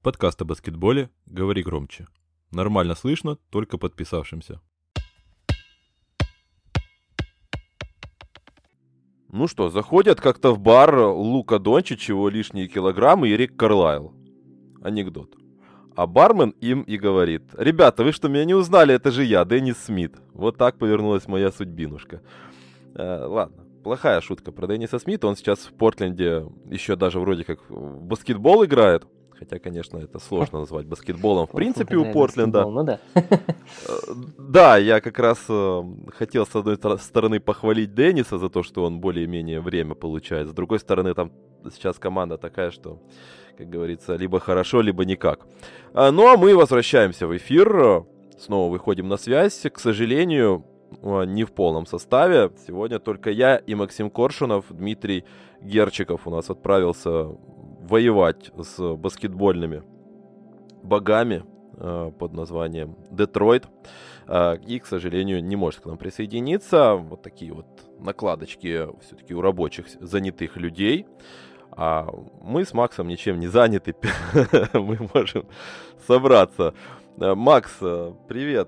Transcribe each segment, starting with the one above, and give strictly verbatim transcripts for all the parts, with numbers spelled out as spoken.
Подкаст о баскетболе «Говори громче». Нормально слышно только подписавшимся. Ну что, заходят как-то в бар Лука Дончич, его лишние килограммы, и Рик Карлайл. Анекдот. А бармен им и говорит: «Ребята, вы что, меня не узнали? Это же я, Деннис Смит». Вот так повернулась моя судьбинушка. Э, ладно, плохая шутка про Денниса Смита. Он сейчас в Портленде еще даже вроде как в баскетбол играет. Хотя, конечно, это сложно назвать баскетболом в принципе у Портленда. Ну да. Да, я как раз э, хотел с одной стороны похвалить Денниса за то, что он более-менее время получает. С другой стороны, там сейчас команда такая, что, как говорится, либо хорошо, либо никак. А, ну а мы возвращаемся в эфир. Снова выходим на связь. К сожалению, не в полном составе. Сегодня только я и Максим Коршунов. Дмитрий Герчиков у нас отправился воевать с баскетбольными богами э, под названием Детройт. Э, и, к сожалению, не может к нам присоединиться. Вот такие вот накладочки все-таки у рабочих, занятых людей. А мы с Максом ничем не заняты. Мы можем собраться. Макс, привет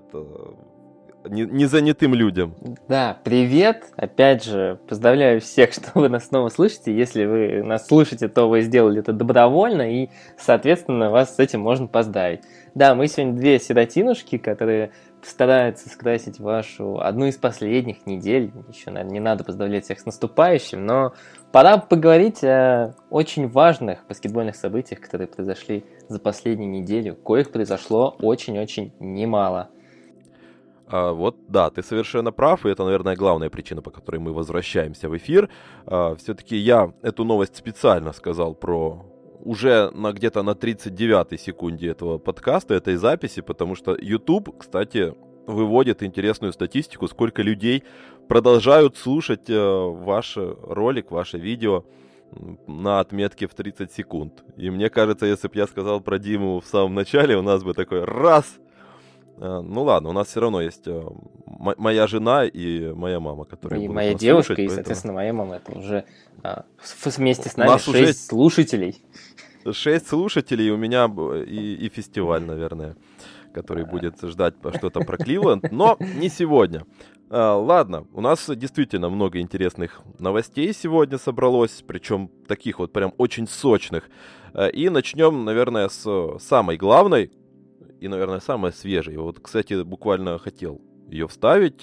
незанятым людям. Да, привет. Опять же, поздравляю всех, что вы нас снова слышите. Если вы нас слышите, то вы сделали это добровольно, и, соответственно, вас с этим можно поздравить. Да, мы сегодня две сиротинушки, которые стараются скрасить вашу одну из последних недель. Еще, наверное, не надо поздравлять всех с наступающим, но пора поговорить о очень важных баскетбольных событиях, которые произошли за последнюю неделю. Коих произошло очень-очень немало. А, вот, да, ты совершенно прав, и это, наверное, главная причина, по которой мы возвращаемся в эфир. А, все-таки я эту новость специально сказал про уже на, где-то на тридцать девятой секунде этого подкаста, этой записи, потому что YouTube, кстати, выводит интересную статистику, сколько людей продолжают слушать э, ваш ролик, ваше видео на отметке в тридцать секунд. И мне кажется, если бы я сказал про Диму в самом начале, у нас бы такой раз... Ну ладно, у нас все равно есть м- моя жена и моя мама, которые и будут моя нас девушка, слушать, и, поэтому... соответственно, моя мама. Это уже а, вместе с нами нас шесть уже... слушателей. Шесть слушателей, у меня и, и фестиваль, наверное, который будет ждать что-то про Кливленд, но не сегодня. А, ладно, у нас действительно много интересных новостей сегодня собралось, причем таких вот прям очень сочных. И начнем, наверное, с самой главной и, наверное, самая свежая. Вот, кстати, буквально хотел ее вставить.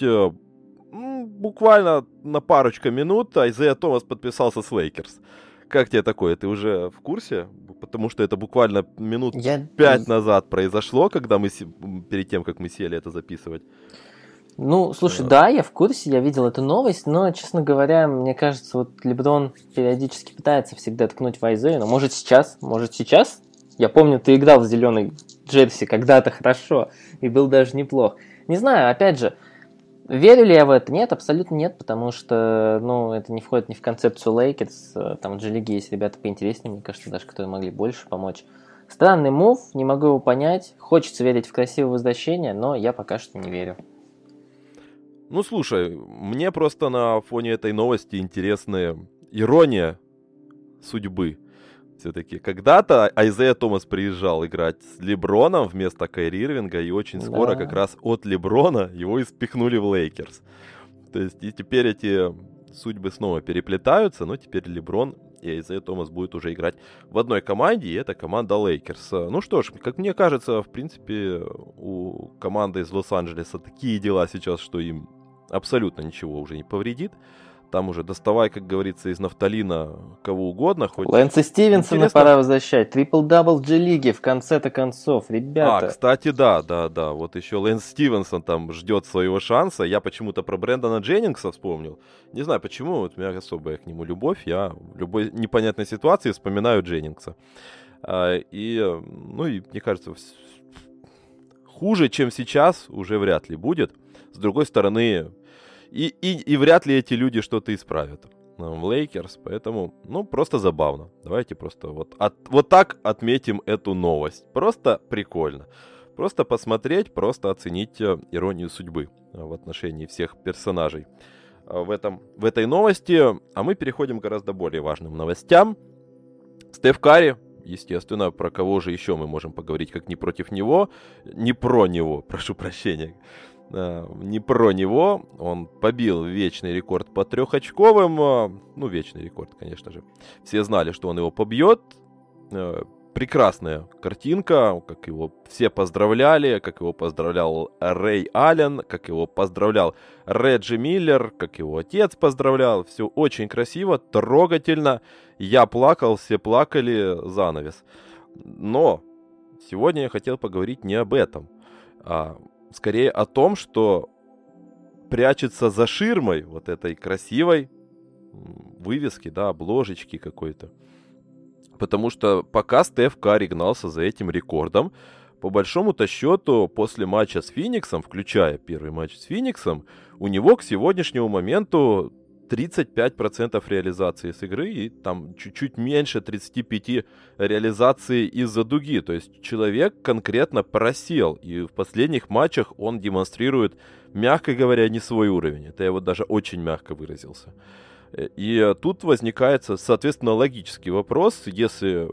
Буквально на парочку минут Айзея Томас подписался с Лейкерс. Как тебе такое? Ты уже в курсе? Потому что это буквально минут Я... пять назад произошло, когда мы перед тем, как мы сели это записывать. Ну, слушай, а... да, я в курсе, я видел эту новость, но, честно говоря, мне кажется, вот Леброн периодически пытается всегда ткнуть в Айзею, но может сейчас, может сейчас? Я помню, ты играл в зеленый джерси когда-то хорошо, и был даже неплох. Не знаю, опять же, верю ли я в это? Нет, абсолютно нет, потому что, ну, это не входит ни в концепцию Лейкерс. Там в G-лиге есть ребята поинтереснее, мне кажется, даже которые могли больше помочь. Странный мув, не могу его понять. Хочется верить в красивое возвращение, но я пока что не верю. Ну, слушай, мне просто на фоне этой новости интересная ирония судьбы. Все-таки когда-то Айзея Томас приезжал играть с Леброном вместо Кайри Ирвинга, и очень да. скоро как раз от Леброна его и спихнули в Лейкерс. То есть и теперь эти судьбы снова переплетаются, но теперь Леброн и Айзея Томас будут уже играть в одной команде, и это команда Лейкерс. Ну что ж, как мне кажется, в принципе, у команды из Лос-Анджелеса такие дела сейчас, что им абсолютно ничего уже не повредит. Там уже доставай, как говорится, из нафталина кого угодно. Хоть Лэнса Стивенсона интересно... пора возвращать. Трипл-дабл в G-лиге в конце-то концов, ребята. А, кстати, да, да, да. Вот еще Лэнс Стивенсон там ждет своего шанса. Я почему-то про Брэндона Дженнингса вспомнил. Не знаю почему, вот у меня особая к нему любовь. Я в любой непонятной ситуации вспоминаю Дженнингса. А, и, ну, и мне кажется, хуже, чем сейчас, уже вряд ли будет. С другой стороны... И, и, и вряд ли эти люди что-то исправят в Лейкерс, поэтому, ну, просто забавно. Давайте просто вот, от, вот так отметим эту новость. Просто прикольно. Просто посмотреть, просто оценить иронию судьбы в отношении всех персонажей в, этом, в этой новости. А мы переходим к гораздо более важным новостям. Стеф Карри естественно, про кого же еще мы можем поговорить, как не против него, не про него, прошу прощения, не про него. Он побил вечный рекорд по трехочковым, ну, вечный рекорд, конечно же. Все знали, что он его побьет. Прекрасная картинка, как его все поздравляли, как его поздравлял Рэй Аллен, как его поздравлял Реджи Миллер, как его отец поздравлял. Все очень красиво, трогательно. Я плакал, все плакали, занавес. Но сегодня я хотел поговорить не об этом, а скорее о том, что прячется за ширмой вот этой красивой вывески, да, обложечки какой-то. Потому что пока Стеф Карри гнался за этим рекордом, по большому-то счету, после матча с Фениксом, включая первый матч с Фениксом, у него к сегодняшнему моменту тридцать пять процентов реализации с игры и там чуть-чуть меньше тридцать пять процентов реализации из-за дуги. То есть человек конкретно просел, и в последних матчах он демонстрирует, мягко говоря, не свой уровень. Это я вот даже очень мягко выразился. И тут возникает, соответственно, логический вопрос. Если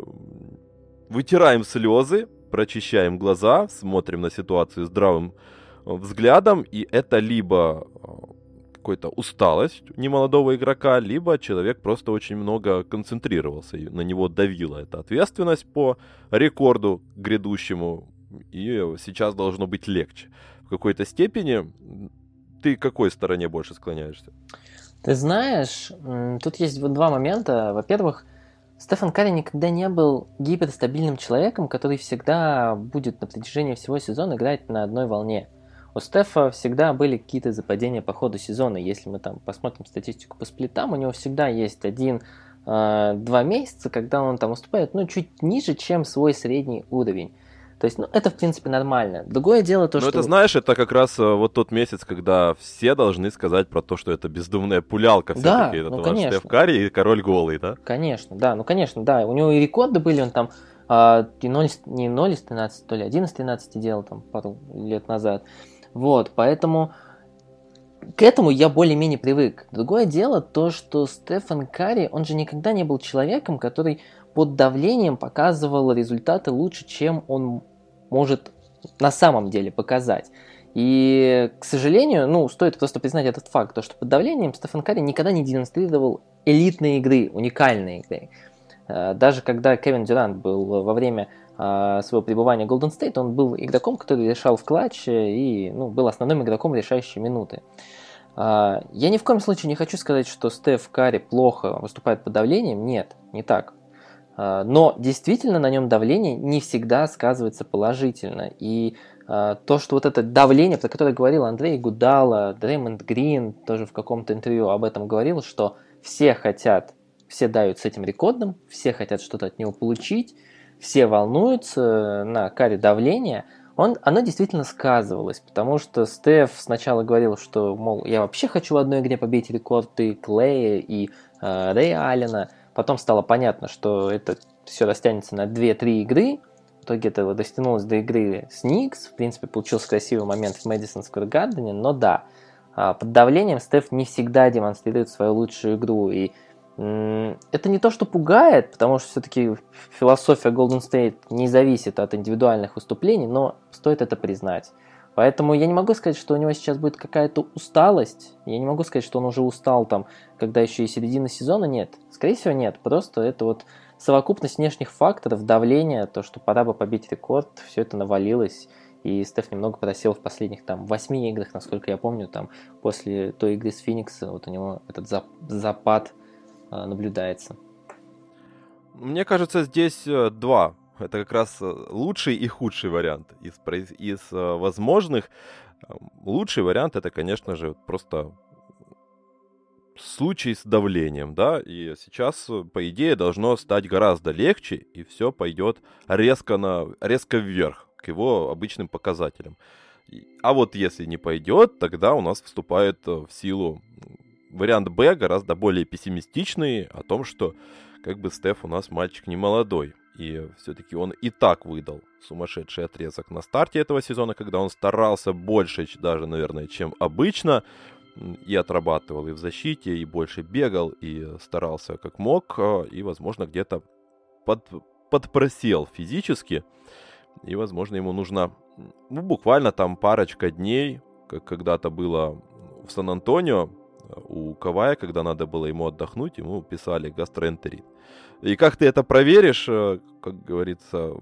вытираем слезы, прочищаем глаза, смотрим на ситуацию здравым взглядом, и это либо какая-то усталость немолодого игрока, либо человек просто очень много концентрировался, и на него давила эта ответственность по рекорду грядущему, и сейчас должно быть легче. В какой-то степени ты к какой стороне больше склоняешься? Ты знаешь, тут есть вот два момента. Во-первых, Стефан Карри никогда не был гиперстабильным человеком, который всегда будет на протяжении всего сезона играть на одной волне. У Стефа всегда были какие-то западения по ходу сезона. Если мы там посмотрим статистику по сплитам, у него всегда есть один-два месяца, когда он там выступает, ну, чуть ниже, чем свой средний уровень. То есть, ну, это, в принципе, нормально. Другое дело то, Но что... это, знаешь, это как раз вот тот месяц, когда все должны сказать про то, что это бездумная пулялка все-таки. Да, это ну, наш конечно. Стеф Карри и король голый, да? Конечно, да, ну, конечно, да. У него и рекорды были, он там а, и ноль, не ноль из тринадцати, то ли один из тринадцати делал там пару лет назад. Вот, поэтому к этому я более-менее привык. Другое дело то, что Стефан Карри, он же никогда не был человеком, который под давлением показывал результаты лучше, чем он может на самом деле показать. И, к сожалению, ну, стоит просто признать этот факт, то, что под давлением Стефан Карри никогда не демонстрировал элитные игры, уникальные игры. Даже когда Кевин Дюрант был во время своего пребывания в Golden State, он был игроком, который решал в клатче и, ну, был основным игроком в решающие минуты. Я ни в коем случае не хочу сказать, что Стеф Карри плохо выступает под давлением. Нет, не так. Но действительно на нем давление не всегда сказывается положительно. И э, то, что вот это давление, про которое говорил Андрей Гудала, Дреймонд Грин тоже в каком-то интервью об этом говорил, что все хотят, все давят с этим рекордом, все хотят что-то от него получить, все волнуются на Карри давление, он, оно действительно сказывалось, потому что Стеф сначала говорил, что, мол, я вообще хочу в одной игре побить рекорды Клея и э, Рэя Аллена. Потом стало понятно, что это все растянется на две-три игры. В итоге это достигнулось до игры с Никс. В принципе, получился красивый момент в Мэдисон Сквер Гардене. Но да, под давлением Стеф не всегда демонстрирует свою лучшую игру. И м- это не то, что пугает, потому что все-таки философия Golden State не зависит от индивидуальных выступлений, но стоит это признать. Поэтому я не могу сказать, что у него сейчас будет какая-то усталость. Я не могу сказать, что он уже устал там, когда еще и середина сезона. Нет. Скорее всего, нет. Просто это вот совокупность внешних факторов, давление, то, что пора бы побить рекорд, все это навалилось. И Стеф немного просел в последних там восьми играх, насколько я помню, там после той игры с Фениксом вот у него этот запад э, наблюдается. Мне кажется, здесь два. Это как раз лучший и худший вариант. Из, из возможных лучший вариант это, конечно же, просто случай с давлением, да, и сейчас, по идее, должно стать гораздо легче, и все пойдет резко, на, резко вверх, к его обычным показателям. А вот если не пойдет, тогда у нас вступает в силу вариант Б, гораздо более пессимистичный, о том, что как бы Стеф у нас мальчик не молодой. И все-таки он и так выдал сумасшедший отрезок на старте этого сезона, когда он старался больше даже, наверное, чем обычно. И отрабатывал и в защите, и больше бегал, и старался как мог. И, возможно, где-то под, подпросел физически, и, возможно, ему нужно, ну, буквально там парочка дней, как когда-то было в Сан-Антонио, у Кавая, когда надо было ему отдохнуть, ему писали гастроэнтерит. И как ты это проверишь, как говорится,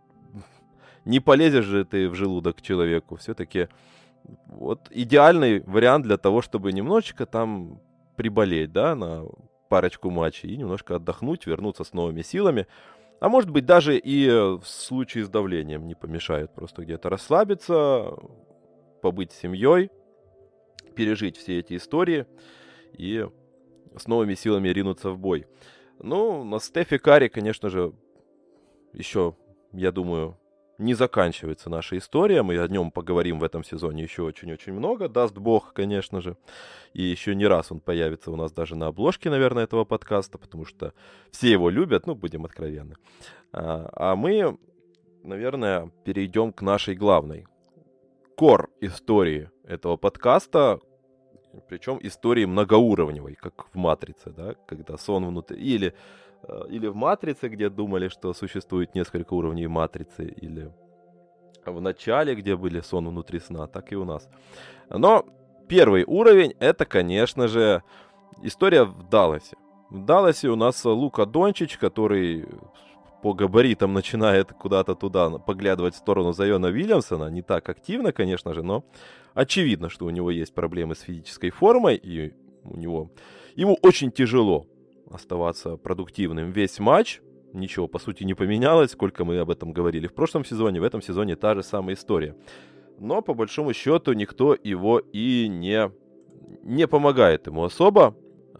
не полезешь же ты в желудок к человеку. Все-таки вот идеальный вариант для того, чтобы немножечко там приболеть, да, на парочку матчей и немножко отдохнуть, вернуться с новыми силами. А может быть, даже и в случае с давлением не помешает просто где-то расслабиться, побыть с семьей, пережить все эти истории и с новыми силами ринуться в бой. Ну, на Стефи Карри, конечно же, еще, я думаю, не заканчивается наша история. Мы о нем поговорим в этом сезоне еще очень-очень много. Даст бог, конечно же. И еще не раз он появится у нас даже на обложке, наверное, этого подкаста, потому что все его любят, ну, будем откровенны. А, а мы, наверное, перейдем к нашей главной кор истории этого подкаста, причем истории многоуровневой, как в «Матрице», да, когда сон внутри, или, или в «Матрице», где думали, что существует несколько уровней «Матрицы», или в «Начале», где были сон внутри сна, так и у нас. Но первый уровень — это, конечно же, история в Далласе. В Далласе у нас Лука Дончич, который по габаритам начинает куда-то туда поглядывать в сторону Зайона Уильямсона. Не так активно, конечно же, но очевидно, что у него есть проблемы с физической формой, и у него... ему очень тяжело оставаться продуктивным весь матч. Ничего, по сути, не поменялось, сколько мы об этом говорили в прошлом сезоне. В этом сезоне та же самая история. Но, по большому счету, никто его и не, не помогает ему особо.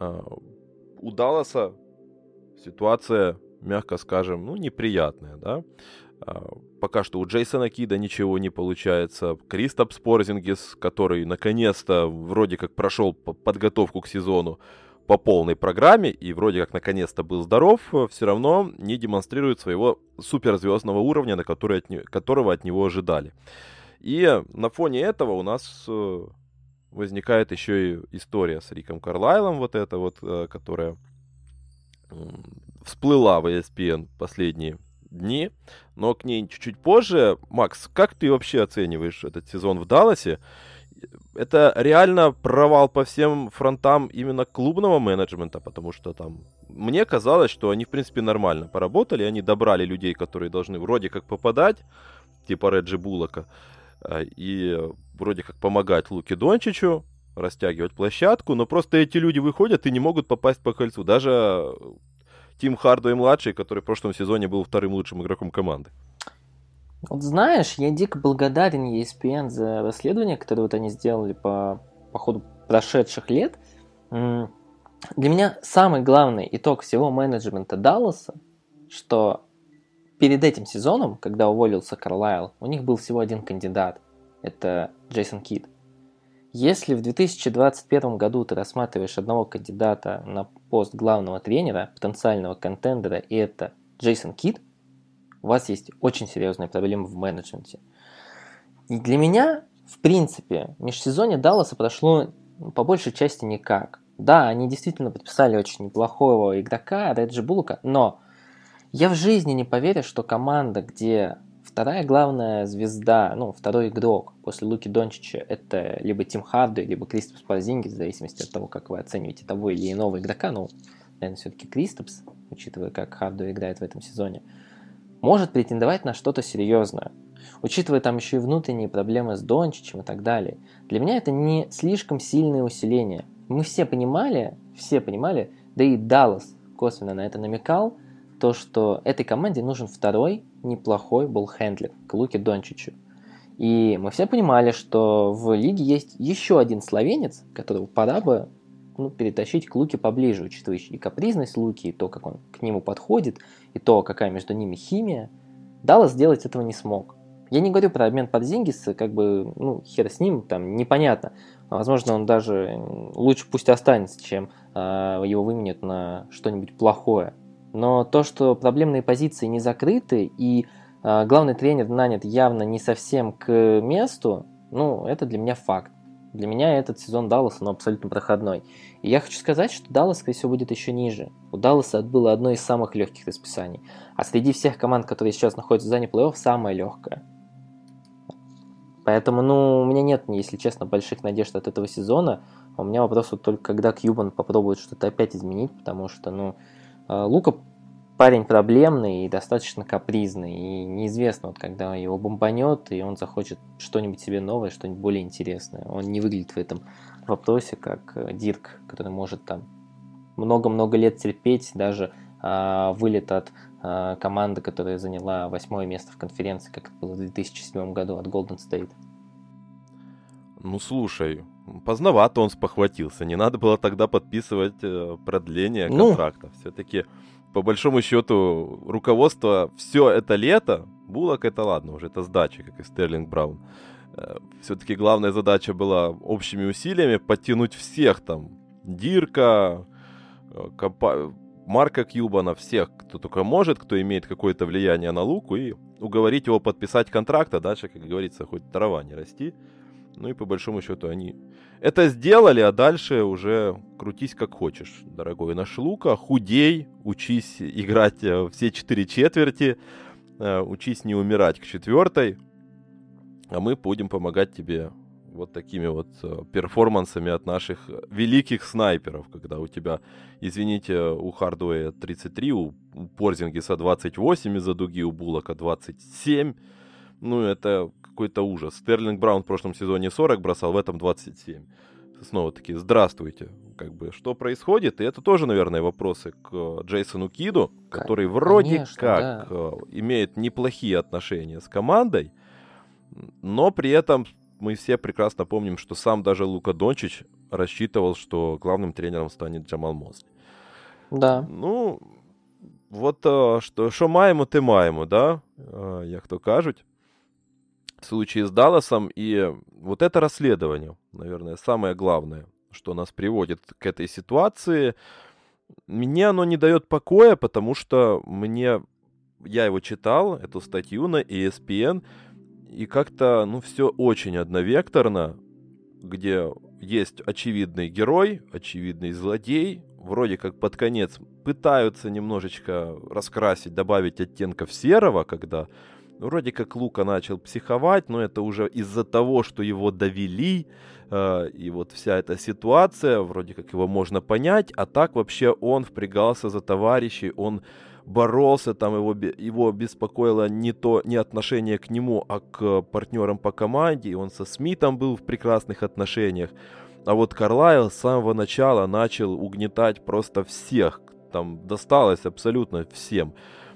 У Далласа ситуация, мягко скажем, ну, неприятная, да. Пока что у Джейсона Кида ничего не получается. Кристапс Порзингис, который наконец-то вроде как прошел подготовку к сезону по полной программе и вроде как наконец-то был здоров, все равно не демонстрирует своего суперзвездного уровня, на который от не... которого от него ожидали. И на фоне этого у нас возникает еще и история с Риком Карлайлом, вот эта вот, которая всплыла в и эс пи эн последние дни, но к ней чуть-чуть позже. Макс, как ты вообще оцениваешь этот сезон в Далласе? Это реально провал по всем фронтам именно клубного менеджмента, потому что там мне казалось, что они в принципе нормально поработали, они добрали людей, которые должны вроде как попадать, типа Реджи Буллока, и вроде как помогать Луке Дончичу, растягивать площадку, но просто эти люди выходят и не могут попасть по кольцу. Даже Тим Хардуэй-младший, который в прошлом сезоне был вторым лучшим игроком команды. Вот знаешь, я дико благодарен и эс пи эн за расследование, которое вот они сделали по, по ходу прошедших лет. Для меня самый главный итог всего менеджмента Далласа, что перед этим сезоном, когда уволился Карлайл, у них был всего один кандидат. Это Джейсон Кид. Если в две тысячи двадцать первом году ты рассматриваешь одного кандидата на пост главного тренера, потенциального контендера, и это Джейсон Кид, у вас есть очень серьезные проблемы в менеджменте. И для меня, в принципе, межсезонье Далласа прошло по большей части никак. Да, они действительно подписали очень неплохого игрока, Реджи Буллока, но я в жизни не поверю, что команда, где вторая главная звезда, ну, второй игрок после Луки Дончича, это либо Тим Хардуэй, либо Кристапс Порзингис, в зависимости от того, как вы оцениваете того или иного игрока, ну, наверное, все-таки Кристапс, учитывая, как Хардуэй играет в этом сезоне, может претендовать на что-то серьезное. Учитывая там еще и внутренние проблемы с Дончичем и так далее. Для меня это не слишком сильное усиление. Мы все понимали, все понимали, да и Даллас косвенно на это намекал, то, что этой команде нужен второй неплохой болл-хендлер к Луке Дончичу. И мы все понимали, что в лиге есть еще один словенец, которого пора бы ну, перетащить к Луке поближе, учитывая и капризность Луки, и то, как он к нему подходит, и то, какая между ними химия. Даллас сделать этого не смог. Я не говорю про обмен Порзингиса, как бы, ну, хер с ним, там, непонятно. Возможно, он даже лучше пусть останется, чем э, его выменят на что-нибудь плохое. Но то, что проблемные позиции не закрыты, и э, главный тренер нанят явно не совсем к месту, ну, это для меня факт. Для меня этот сезон Далласа, он абсолютно проходной. И я хочу сказать, что Даллас, скорее всего, будет еще ниже. У Далласа было одно из самых легких расписаний. А среди всех команд, которые сейчас находятся в зоне плей-офф, самое легкое. Поэтому, ну, у меня нет, если честно, больших надежд от этого сезона. У меня вопрос вот только, когда Кьюбан попробует что-то опять изменить, потому что, ну, Лука парень проблемный и достаточно капризный, и неизвестно, вот когда его бомбанет, и он захочет что-нибудь себе новое, что-нибудь более интересное. Он не выглядит в этом вопросе, как Дирк, который может там много-много лет терпеть даже а, вылет от а, команды, которая заняла восьмое место в конференции, как это было в две тысячи седьмом году от Golden State. Ну, слушай, поздновато он спохватился. Не надо было тогда подписывать э, продление контракта. Ну... Все-таки, по большому счету, руководство все это лето, Буллок это ладно, уже это сдача, как и Стерлинг Браун. Э, все-таки главная задача была общими усилиями подтянуть всех там. Дирка, э, Компа... Марка Кьюбана, всех, кто только может, кто имеет какое-то влияние на Луку, и уговорить его подписать контракт, а дальше, как говорится, хоть трава не расти. Ну и по большому счету они это сделали, а дальше уже крутись как хочешь, дорогой наш Лука. Худей, учись играть все четыре четверти, учись не умирать к четвертой, а мы будем помогать тебе вот такими вот перформансами от наших великих снайперов, когда у тебя, извините, у Хардуэя тридцать три, у Порзингиса двадцать восемь из-за дуги, у Буллока двадцать семь. Ну, это какой-то ужас. Стерлинг Браун в прошлом сезоне сорок бросал, в этом двадцать семь. Снова-таки, здравствуйте. Как бы, что происходит? И это тоже, наверное, вопросы к Джейсону Киду, который вроде Конечно, как да. имеет неплохие отношения с командой, но при этом мы все прекрасно помним, что сам даже Лука Дончич рассчитывал, что главным тренером станет Джамал Мосли. Да. Ну, вот что, що маємо, те маємо, да? Як то кажуть. В случае с Далласом, и вот это расследование, наверное, самое главное, что нас приводит к этой ситуации. Мне оно не дает покоя, потому что мне, я его читал, эту статью на и эс пи эн, и как-то, ну, все очень одновекторно, где есть очевидный герой, очевидный злодей, вроде как под конец пытаются немножечко раскрасить, добавить оттенков серого, когда... Вроде как Лука начал психовать, но это уже из-за того, что его довели, э, и вот вся эта ситуация, вроде как его можно понять, а так вообще он впрягался за товарищей, он боролся, там его, его беспокоило не то, не отношение к нему, а к партнерам по команде, и он со Смитом был в прекрасных отношениях, а вот Карлайл с самого начала начал угнетать просто всех, там досталось абсолютно всем.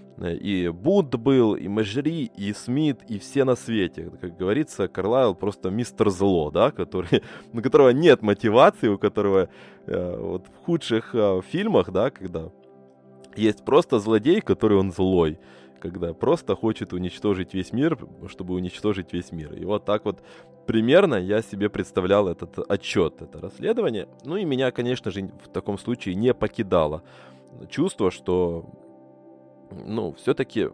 И Буд был, и Мажри, и Смит, и все на свете. Как говорится, Карлайл просто мистер зло, да, который, у которого нет мотивации, у которого э, вот в худших э, фильмах, да, когда есть просто злодей, который он злой, когда просто хочет уничтожить весь мир, чтобы уничтожить весь мир. И вот так вот примерно я себе представлял этот отчет, это расследование. Ну и меня, конечно же, в таком случае не покидало чувство, что... Ну, все-таки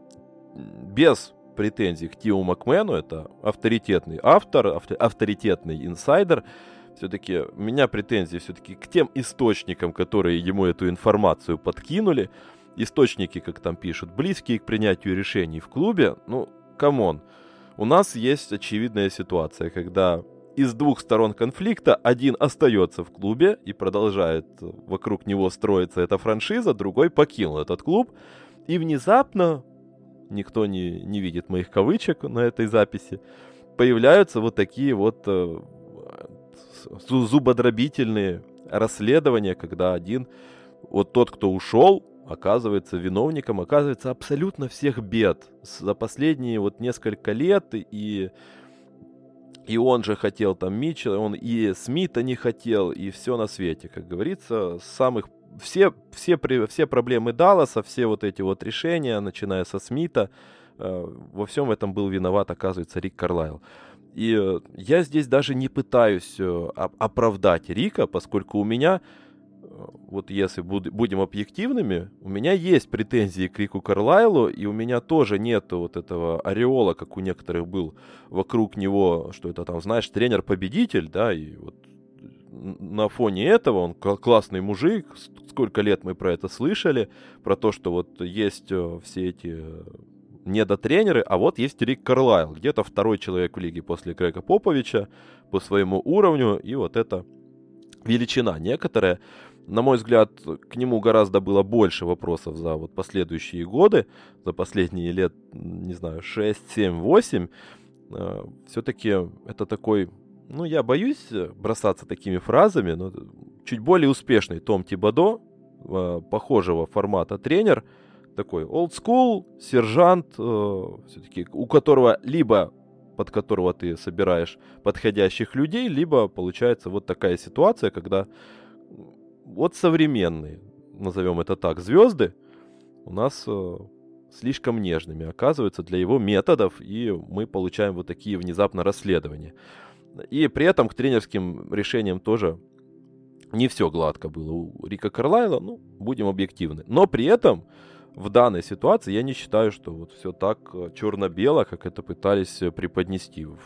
без претензий к Тиу Макмену, это авторитетный автор, авто, авторитетный инсайдер, все-таки у меня претензии все-таки к тем источникам, которые ему эту информацию подкинули. Источники, как там пишут, близкие к принятию решений в клубе. Ну, камон, у нас есть очевидная ситуация, когда из двух сторон конфликта один остается в клубе и продолжает вокруг него строиться эта франшиза, другой покинул этот клуб. И внезапно, никто не, не видит моих кавычек на этой записи, появляются вот такие вот э, зубодробительные расследования, когда один, вот тот, кто ушел, оказывается виновником, оказывается абсолютно всех бед за последние вот несколько лет, и, и он же хотел там Митчелла, он и Смита не хотел, и все на свете, как говорится, с самых Все, все, все проблемы Далласа, все вот эти вот решения, начиная со Смита, э, во всем этом был виноват, оказывается, Рик Карлайл. И э, я здесь даже не пытаюсь э, оправдать Рика, поскольку у меня вот если буд- будем объективными, у меня есть претензии к Рику Карлайлу, и у меня тоже нет вот этого ореола, как у некоторых был вокруг него, что это там, знаешь, тренер-победитель, да, и вот на фоне этого он классный мужик, сколько лет мы про это слышали, про то, что вот есть все эти недотренеры, а вот есть Рик Карлайл, где-то второй человек в лиге после Грега Поповича по своему уровню, и вот это величина некоторая. На мой взгляд, к нему гораздо было больше вопросов за вот последующие годы, за последние лет, не знаю, шесть, семь, восемь. Все-таки это такой, ну, я боюсь бросаться такими фразами, но чуть более успешный Том Тибодо, похожего формата тренер, такой old school, сержант, все-таки у которого либо под которого ты собираешь подходящих людей, либо получается вот такая ситуация, когда вот современные, назовем это так, звезды у нас э, слишком нежными оказываются для его методов, и мы получаем вот такие внезапно расследования. И при этом к тренерским решениям тоже не все гладко было у Рика Карлайла, ну, будем объективны. Но при этом в данной ситуации я не считаю, что вот все так черно-бело, как это пытались преподнести в,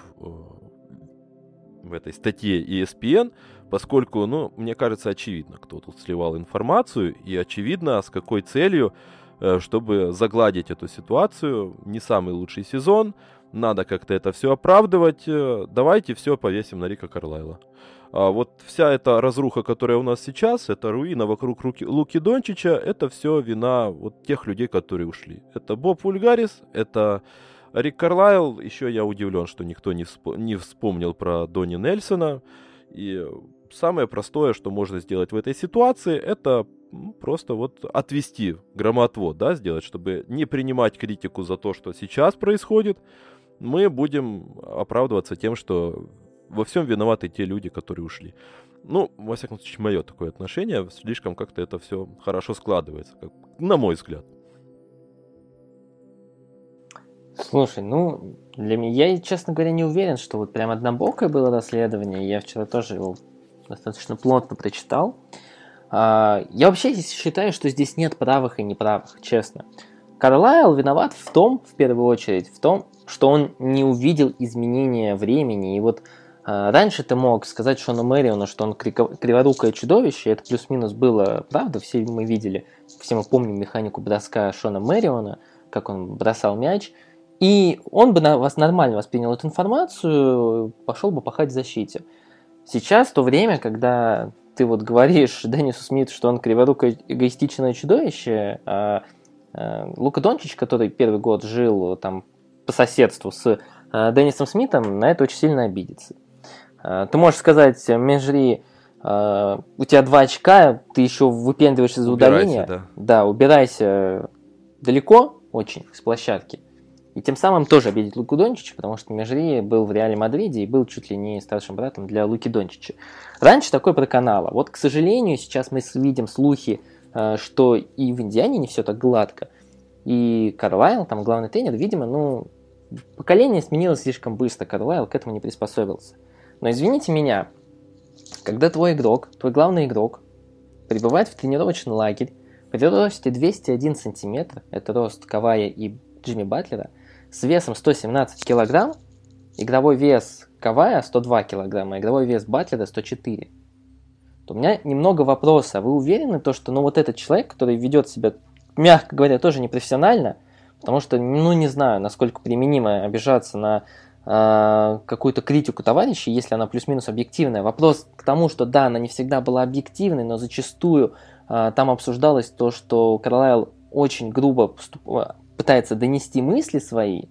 в этой статье и эс пи эн, поскольку, ну, мне кажется, очевидно, кто тут сливал информацию, и очевидно, с какой целью, чтобы загладить эту ситуацию. Не самый лучший сезон, надо как-то это все оправдывать, давайте все повесим на Рика Карлайла. А вот вся эта разруха, которая у нас сейчас, это руина вокруг Луки, Луки Дончича, это все вина вот тех людей, которые ушли. Это Боб Вульгарис, это Рик Карлайл. Еще я удивлен, что никто не, всп- не вспомнил про Донни Нельсона. И самое простое, что можно сделать в этой ситуации, это просто вот отвести громотвод, да, сделать, чтобы не принимать критику за то, что сейчас происходит. Мы будем оправдываться тем, что во всем виноваты те люди, которые ушли. Ну, во всяком случае, мое такое отношение. Слишком как-то это все хорошо складывается, как, на мой взгляд. Слушай, ну, для меня, я, честно говоря, не уверен, что вот прям однобокое было расследование. Я вчера тоже его достаточно плотно прочитал. Я вообще считаю, что здесь нет правых и неправых, честно. Карлайл виноват в том, в первую очередь, в том, что он не увидел изменения времени. И вот раньше ты мог сказать Шону Мэриону, что он криворукое чудовище, это плюс-минус было правда, все мы видели, все мы помним механику броска Шона Мэриона, как он бросал мяч, и он бы на вас нормально воспринял эту информацию, пошел бы пахать в защите. Сейчас то время, когда ты вот говоришь Деннису Смиту, что он криворукое эгоистичное чудовище, а, а Лука Дончич, который первый год жил там по соседству с а, Деннисом Смитом, на это очень сильно обидится. Ты можешь сказать, Менжери, у тебя два очка, ты еще выпендриваешься за удаление. Да. да, убирайся далеко очень с площадки. И тем самым тоже обидеть Луку Дончича, потому что Менжери был в Реале Мадриде и был чуть ли не старшим братом для Луки Дончича. Раньше такое проканало. Вот, к сожалению, сейчас мы видим слухи, что и в Индиане не все так гладко. И Карлайл, там главный тренер, видимо, ну, поколение сменилось слишком быстро. Карлайл к этому не приспособился. Но извините меня, когда твой игрок, твой главный игрок, прибывает в тренировочный лагерь при росте двести один сантиметр, это рост Кавая и Джимми Батлера, с весом сто семнадцать килограмм, игровой вес Кавая сто два килограмма, игровой вес Батлера сто четыре, то у меня немного вопроса. Вы уверены, то, что ну, вот этот человек, который ведет себя, мягко говоря, тоже непрофессионально, потому что, ну, не знаю, насколько применимо обижаться на какую-то критику товарищей, если она плюс-минус объективная. Вопрос к тому, что да, она не всегда была объективной, но зачастую а, там обсуждалось то, что Карлайл очень грубо поступ... пытается донести мысли свои.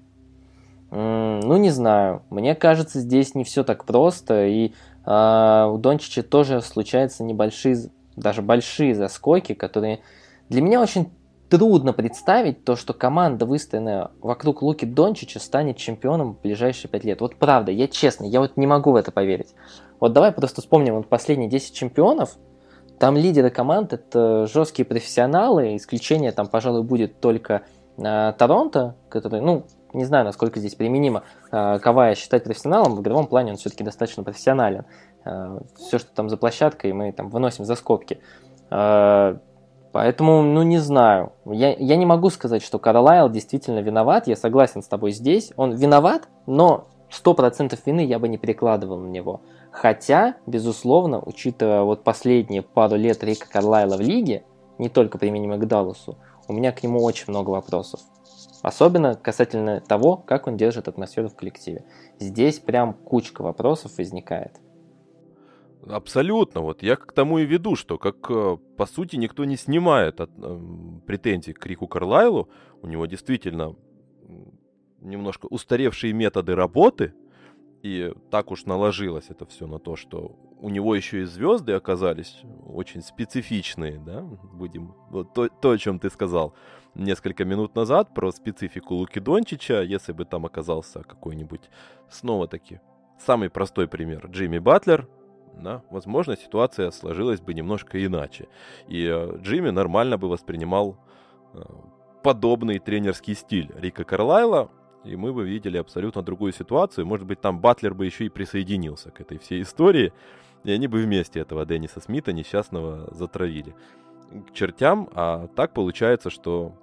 М-м, ну, не знаю. Мне кажется, здесь не все так просто, и а, у Дончича тоже случаются небольшие, даже большие заскоки, которые для меня очень трудно представить то, что команда, выстроенная вокруг Луки Дончича, станет чемпионом в ближайшие пять лет. Вот правда, я честно, я вот не могу в это поверить. Вот давай просто вспомним вот последние десять чемпионов. Там лидеры команд — это жесткие профессионалы. Исключение там, пожалуй, будет только э, Торонто, который, ну, не знаю, насколько здесь применимо э, Кавая считать профессионалом. В игровом плане он все-таки достаточно профессионален. Э, все, что там за площадкой, мы там выносим за скобки. Поэтому, ну, не знаю. Я, я не могу сказать, что Карлайл действительно виноват. Я согласен с тобой здесь. Он виноват, но сто процентов вины я бы не перекладывал на него. Хотя, безусловно, учитывая вот последние пару лет Рика Карлайла в лиге, не только применимо к Далласу, у меня к нему очень много вопросов. Особенно касательно того, как он держит атмосферу в коллективе. Здесь прям кучка вопросов возникает. Абсолютно. Вот я к тому и веду, что как по сути никто не снимает от, э, претензий к Рику Карлайлу. У него действительно немножко устаревшие методы работы. И так уж наложилось это все на то, что у него еще и звезды оказались очень специфичные, да, будем, вот то, то, о чем ты сказал несколько минут назад про специфику Луки Дончича, если бы там оказался какой-нибудь, снова-таки, самый простой пример, Джимми Батлер, да, возможно, ситуация сложилась бы немножко иначе, и э, Джимми нормально бы воспринимал э, подобный тренерский стиль Рика Карлайла, и мы бы видели абсолютно другую ситуацию. Может быть, там Батлер бы еще и присоединился к этой всей истории, и они бы вместе этого Денниса Смита несчастного затравили к чертям. А так получается, что...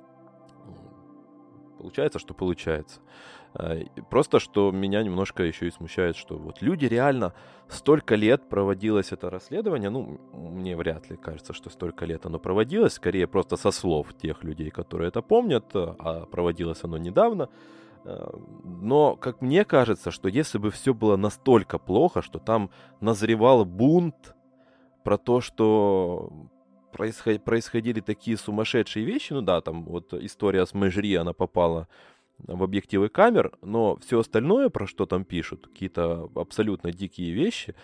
Получается, что получается. Просто, что меня немножко еще и смущает, что вот люди реально столько лет проводилось это расследование, ну, мне вряд ли кажется, что столько лет оно проводилось, скорее просто со слов тех людей, которые это помнят, а проводилось оно недавно. Но, как мне кажется, что если бы все было настолько плохо, что там назревал бунт про то, что происходили такие сумасшедшие вещи, ну да, там вот история с Мэжри, она попала в объективы камер, но все остальное, про что там пишут, какие-то абсолютно дикие вещи,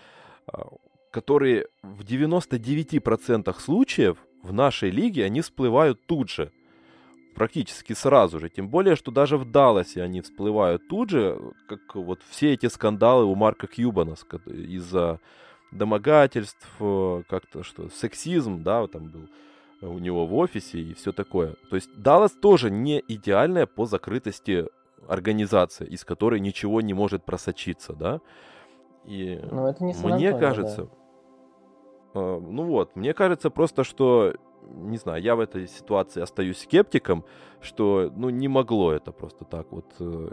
которые в девяноста девяти процентах случаев в нашей лиге, они всплывают тут же, практически сразу же. Тем более, что даже в Далласе они всплывают тут же, как вот все эти скандалы у Марка Кьюбана из-за домогательств, как-то что, сексизм, да, там был у него в офисе и все такое. То есть Даллас тоже не идеальная по закрытости организация, из которой ничего не может просочиться, да. И ну, это не мне кажется, да. э, ну вот, мне кажется просто, что, не знаю, я в этой ситуации остаюсь скептиком, что, ну, не могло это просто так вот э,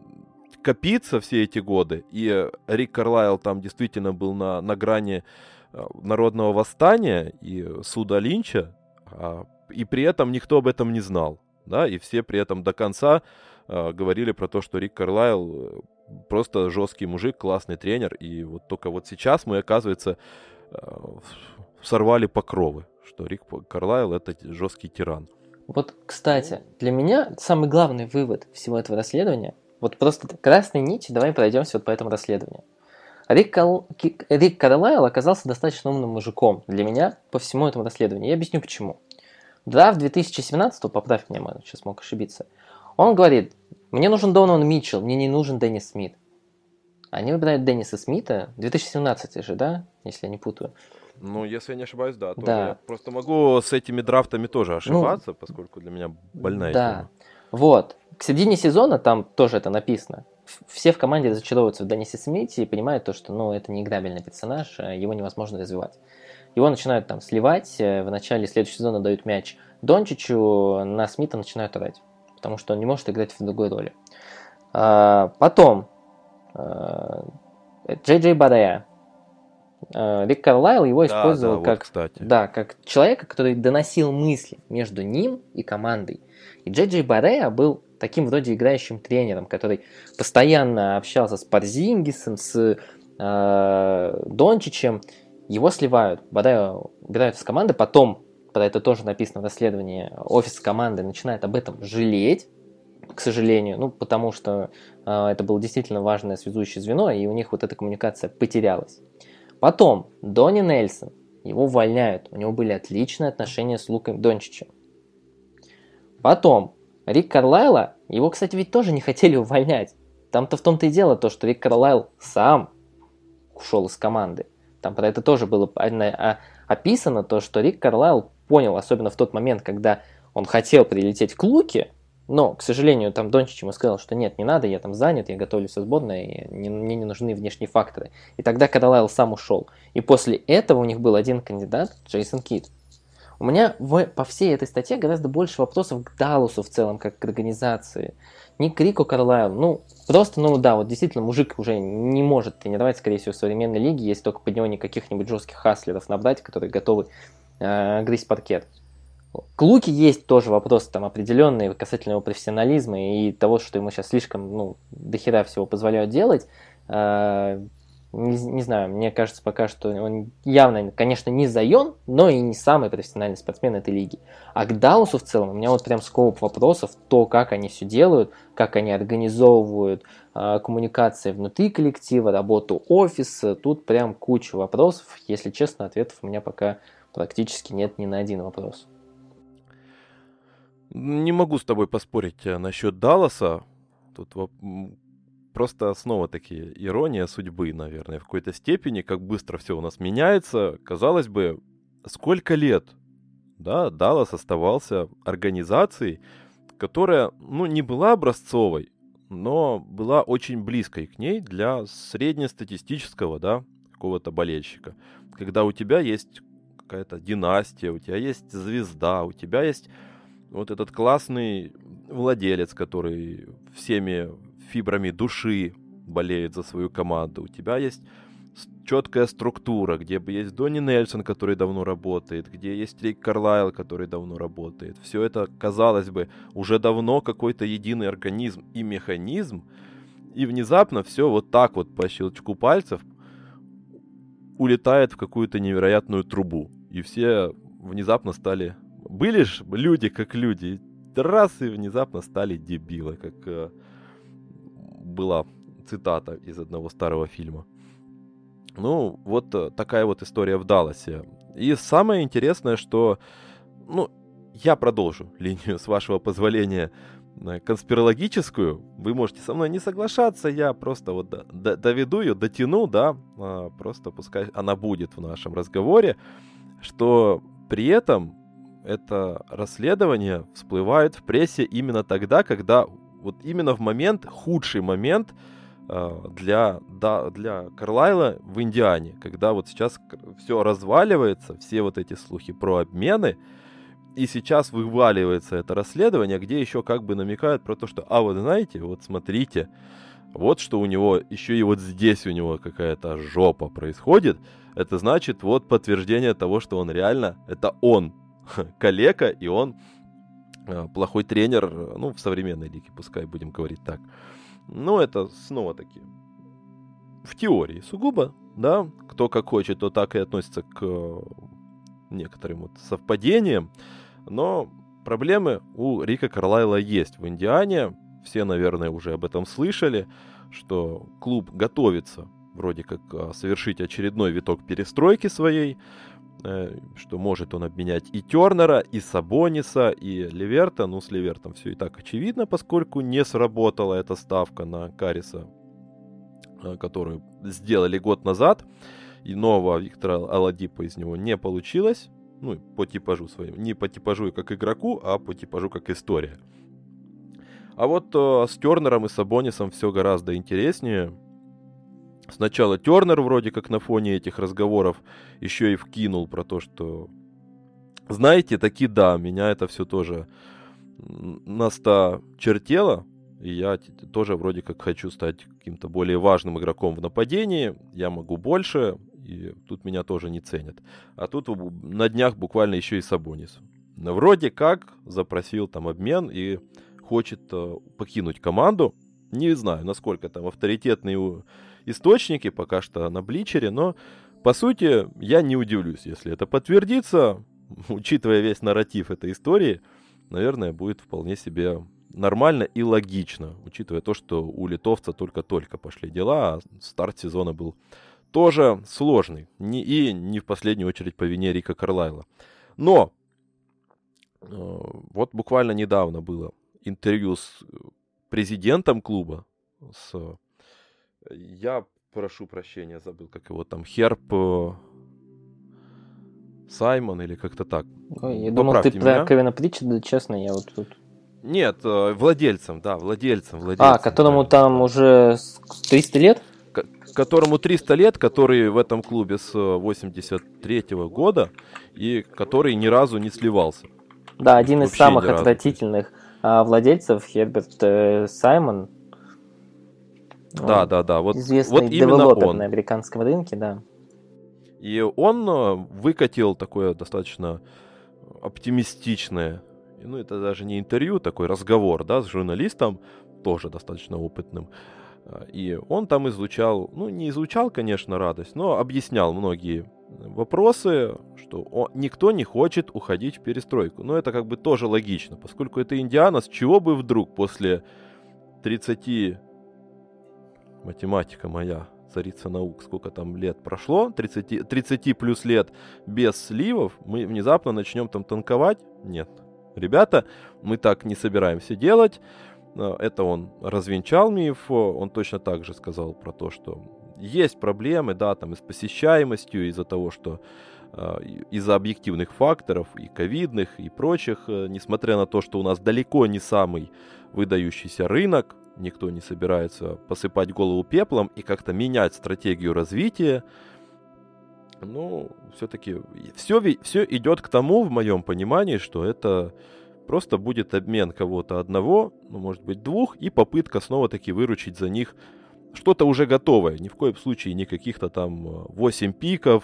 копиться все эти годы. И Рик Карлайл там действительно был на, на грани э, народного восстания и суда Линча, и при этом никто об этом не знал, да, и все при этом до конца э, говорили про то, что Рик Карлайл просто жесткий мужик, классный тренер, и вот только вот сейчас мы, оказывается, э, сорвали покровы, что Рик Карлайл — это жесткий тиран. Вот, кстати, для меня самый главный вывод всего этого расследования, вот просто красной нити, давай пройдемся вот по этому расследованию. Рик, Кал... Рик Карлайл оказался достаточно умным мужиком для меня по всему этому расследованию. Я объясню почему. Да, в две тысячи семнадцатом, поправь меня, я сейчас мог ошибиться, он говорит, мне нужен Донован Митчелл, мне не нужен Деннис Смит. Они выбирают Денниса Смита, две тысячи семнадцатый же, да, если я не путаю. Ну, если я не ошибаюсь, да. да. Я просто могу с этими драфтами тоже ошибаться, ну, поскольку для меня больная да. тема. Вот. К середине сезона там тоже это написано. Все в команде разочаровываются в Деннисе Смите и понимают то, что ну, это не играбельный персонаж, его невозможно развивать. Его начинают там сливать, в начале следующего сезона дают мяч Дончичу, на Смита начинают орать, потому что он не может играть в другой роли. А, потом Джей Джей Барреа. Рик Карлайл его да, использовал да, как, вот, да, как человека, который доносил мысли между ним и командой. И Джей Джей Барреа был таким вроде играющим тренером, который постоянно общался с Порзингисом, с э, Дончичем. Его сливают, Барреа убирают из команды, потом, про это тоже написано в расследовании, офис команды начинает об этом жалеть, к сожалению, ну, потому что э, это было действительно важное связующее звено, и у них вот эта коммуникация потерялась. Потом Донни Нельсон, его увольняют, у него были отличные отношения с Лукой Дончичем. Потом Рик Карлайла, его, кстати, ведь тоже не хотели увольнять. Там-то в том-то и дело, то, что Рик Карлайл сам ушел из команды. Там про это тоже было описано, то, что Рик Карлайл понял, особенно в тот момент, когда он хотел прилететь к Луке, но, к сожалению, там Дончич ему сказал, что нет, не надо, я там занят, я готовлюсь со сборной, и не, мне не нужны внешние факторы. И тогда Карлайл сам ушел. И после этого у них был один кандидат, Джейсон Кид. У меня в, по всей этой статье гораздо больше вопросов к Далласу в целом, как к организации. Не к Рику Карлайлу. Ну, просто, ну да, вот действительно, мужик уже не может тренировать, скорее всего, в современной лиге, если только под него не каких-нибудь жестких хаслеров набрать, которые готовы э, грызть паркет. К Луке есть тоже вопросы там определенные касательно его профессионализма и того, что ему сейчас слишком, ну, дохера всего позволяют делать. Э, Не, не знаю, мне кажется пока, что он явно, конечно, не Зайон, но и не самый профессиональный спортсмен этой лиги. А к Далласу в целом у меня вот прям скоп вопросов, то, как они все делают, как они организовывают э, коммуникации внутри коллектива, работу офиса, тут прям куча вопросов. Если честно, ответов у меня пока практически нет ни на один вопрос. Не могу с тобой поспорить насчет Далласа. Тут просто снова-таки ирония судьбы, наверное, в какой-то степени, как быстро все у нас меняется. Казалось бы, сколько лет, да, Даллас оставался организацией, которая, ну, не была образцовой, но была очень близкой к ней для среднестатистического, да, какого-то болельщика. Когда у тебя есть какая-то династия, у тебя есть звезда, у тебя есть вот этот классный владелец, который всеми фибрами души болеет за свою команду. У тебя есть четкая структура, где есть Донни Нельсон, который давно работает, где есть Рик Карлайл, который давно работает. Все это, казалось бы, уже давно какой-то единый организм и механизм, и внезапно все вот так вот по щелчку пальцев улетает в какую-то невероятную трубу. И все внезапно стали... Были же люди как люди, раз и внезапно стали дебилы, как э, была цитата из одного старого фильма. Ну, вот э, такая вот история в Далласе. И самое интересное, что... Ну, я продолжу линию, с вашего позволения, конспирологическую. Вы можете со мной не соглашаться, я просто вот до, до, доведу ее, дотяну, да, э, просто пускай она будет в нашем разговоре, что при этом это расследование всплывает в прессе именно тогда, когда вот именно в момент, худший момент э, для, да, для Карлайла в Индиане, когда вот сейчас все разваливается, все вот эти слухи про обмены, и сейчас вываливается это расследование, где еще как бы намекают про то, что, а вот знаете, вот смотрите, вот что у него, еще и вот здесь у него какая-то жопа происходит, это значит вот подтверждение того, что он реально, это он, калека, и он э, плохой тренер, ну, в современной лиге, пускай будем говорить так. Но это снова-таки в теории сугубо, да, кто как хочет, то так и относится к э, некоторым вот совпадениям, но проблемы у Рика Карлайла есть в Индиане, все, наверное, уже об этом слышали, что клуб готовится вроде как совершить очередной виток перестройки своей, что может он обменять и Тернера, и Сабониса, и Леверта. Ну, с Левертом все и так очевидно, поскольку не сработала эта ставка на Карриса, которую сделали год назад, и нового Виктора Аладипо из него не получилось. Ну, по типажу своему. Не по типажу как игроку, а по типажу как история. А вот э, с Тернером и Сабонисом все гораздо интереснее. Сначала Тернер вроде как на фоне этих разговоров еще и вкинул про то, что, знаете, таки да, меня это все тоже насточертело, и я тоже вроде как хочу стать каким-то более важным игроком в нападении, я могу больше, и тут меня тоже не ценят. А тут на днях буквально еще и Сабонис. Вроде как запросил там обмен и хочет э, покинуть команду. Не знаю, насколько там авторитетные источники, пока что на Бличере, но, по сути, я не удивлюсь, если это подтвердится, учитывая весь нарратив этой истории, наверное, будет вполне себе нормально и логично, учитывая то, что у литовца только-только пошли дела, а старт сезона был тоже сложный, не, и не в последнюю очередь по вине Рика Карлайла. Но э, вот буквально недавно было интервью с президентом клуба, с... Я прошу прощения, забыл, как его там, Херб Саймон или как-то так. Ой, я думал, ты меня. Про Кевина Притчарда, честно, я вот тут... Нет, владельцем, да, владельцем. владельцем а, которому да. Там уже триста лет? которому триста лет, который в этом клубе с восемьдесят третьего года и который ни разу не сливался. Да, один из Вообще самых ни разу. отвратительных а, владельцев, Херберт э, Саймон. Да, да, да. Вот, известный вот именно девелопер он. на американском рынке, да. И он э, выкатил такое достаточно оптимистичное, ну это даже не интервью, такой разговор, да, с журналистом, тоже достаточно опытным. И он там изучал, ну не изучал, конечно, радость, но объяснял многие вопросы, что он, никто не хочет уходить в перестройку. Но это как бы тоже логично, поскольку это Индиана, с чего бы вдруг после тридцати, математика моя, царица наук, сколько там лет прошло, тридцать, тридцать плюс лет без сливов, мы внезапно начнем там танковать? Нет. Ребята, мы так не собираемся делать. Это он развенчал миф, он точно так же сказал про то, что есть проблемы, да, там и с посещаемостью из-за того, что из-за объективных факторов, и ковидных, и прочих, несмотря на то, что у нас далеко не самый выдающийся рынок, никто не собирается посыпать голову пеплом и как-то менять стратегию развития. Ну, все-таки все, все идет к тому, в моем понимании, что это просто будет обмен кого-то одного, ну, может быть, двух, и попытка снова-таки выручить за них что-то уже готовое. Ни в коем случае не каких-то там восемь пиков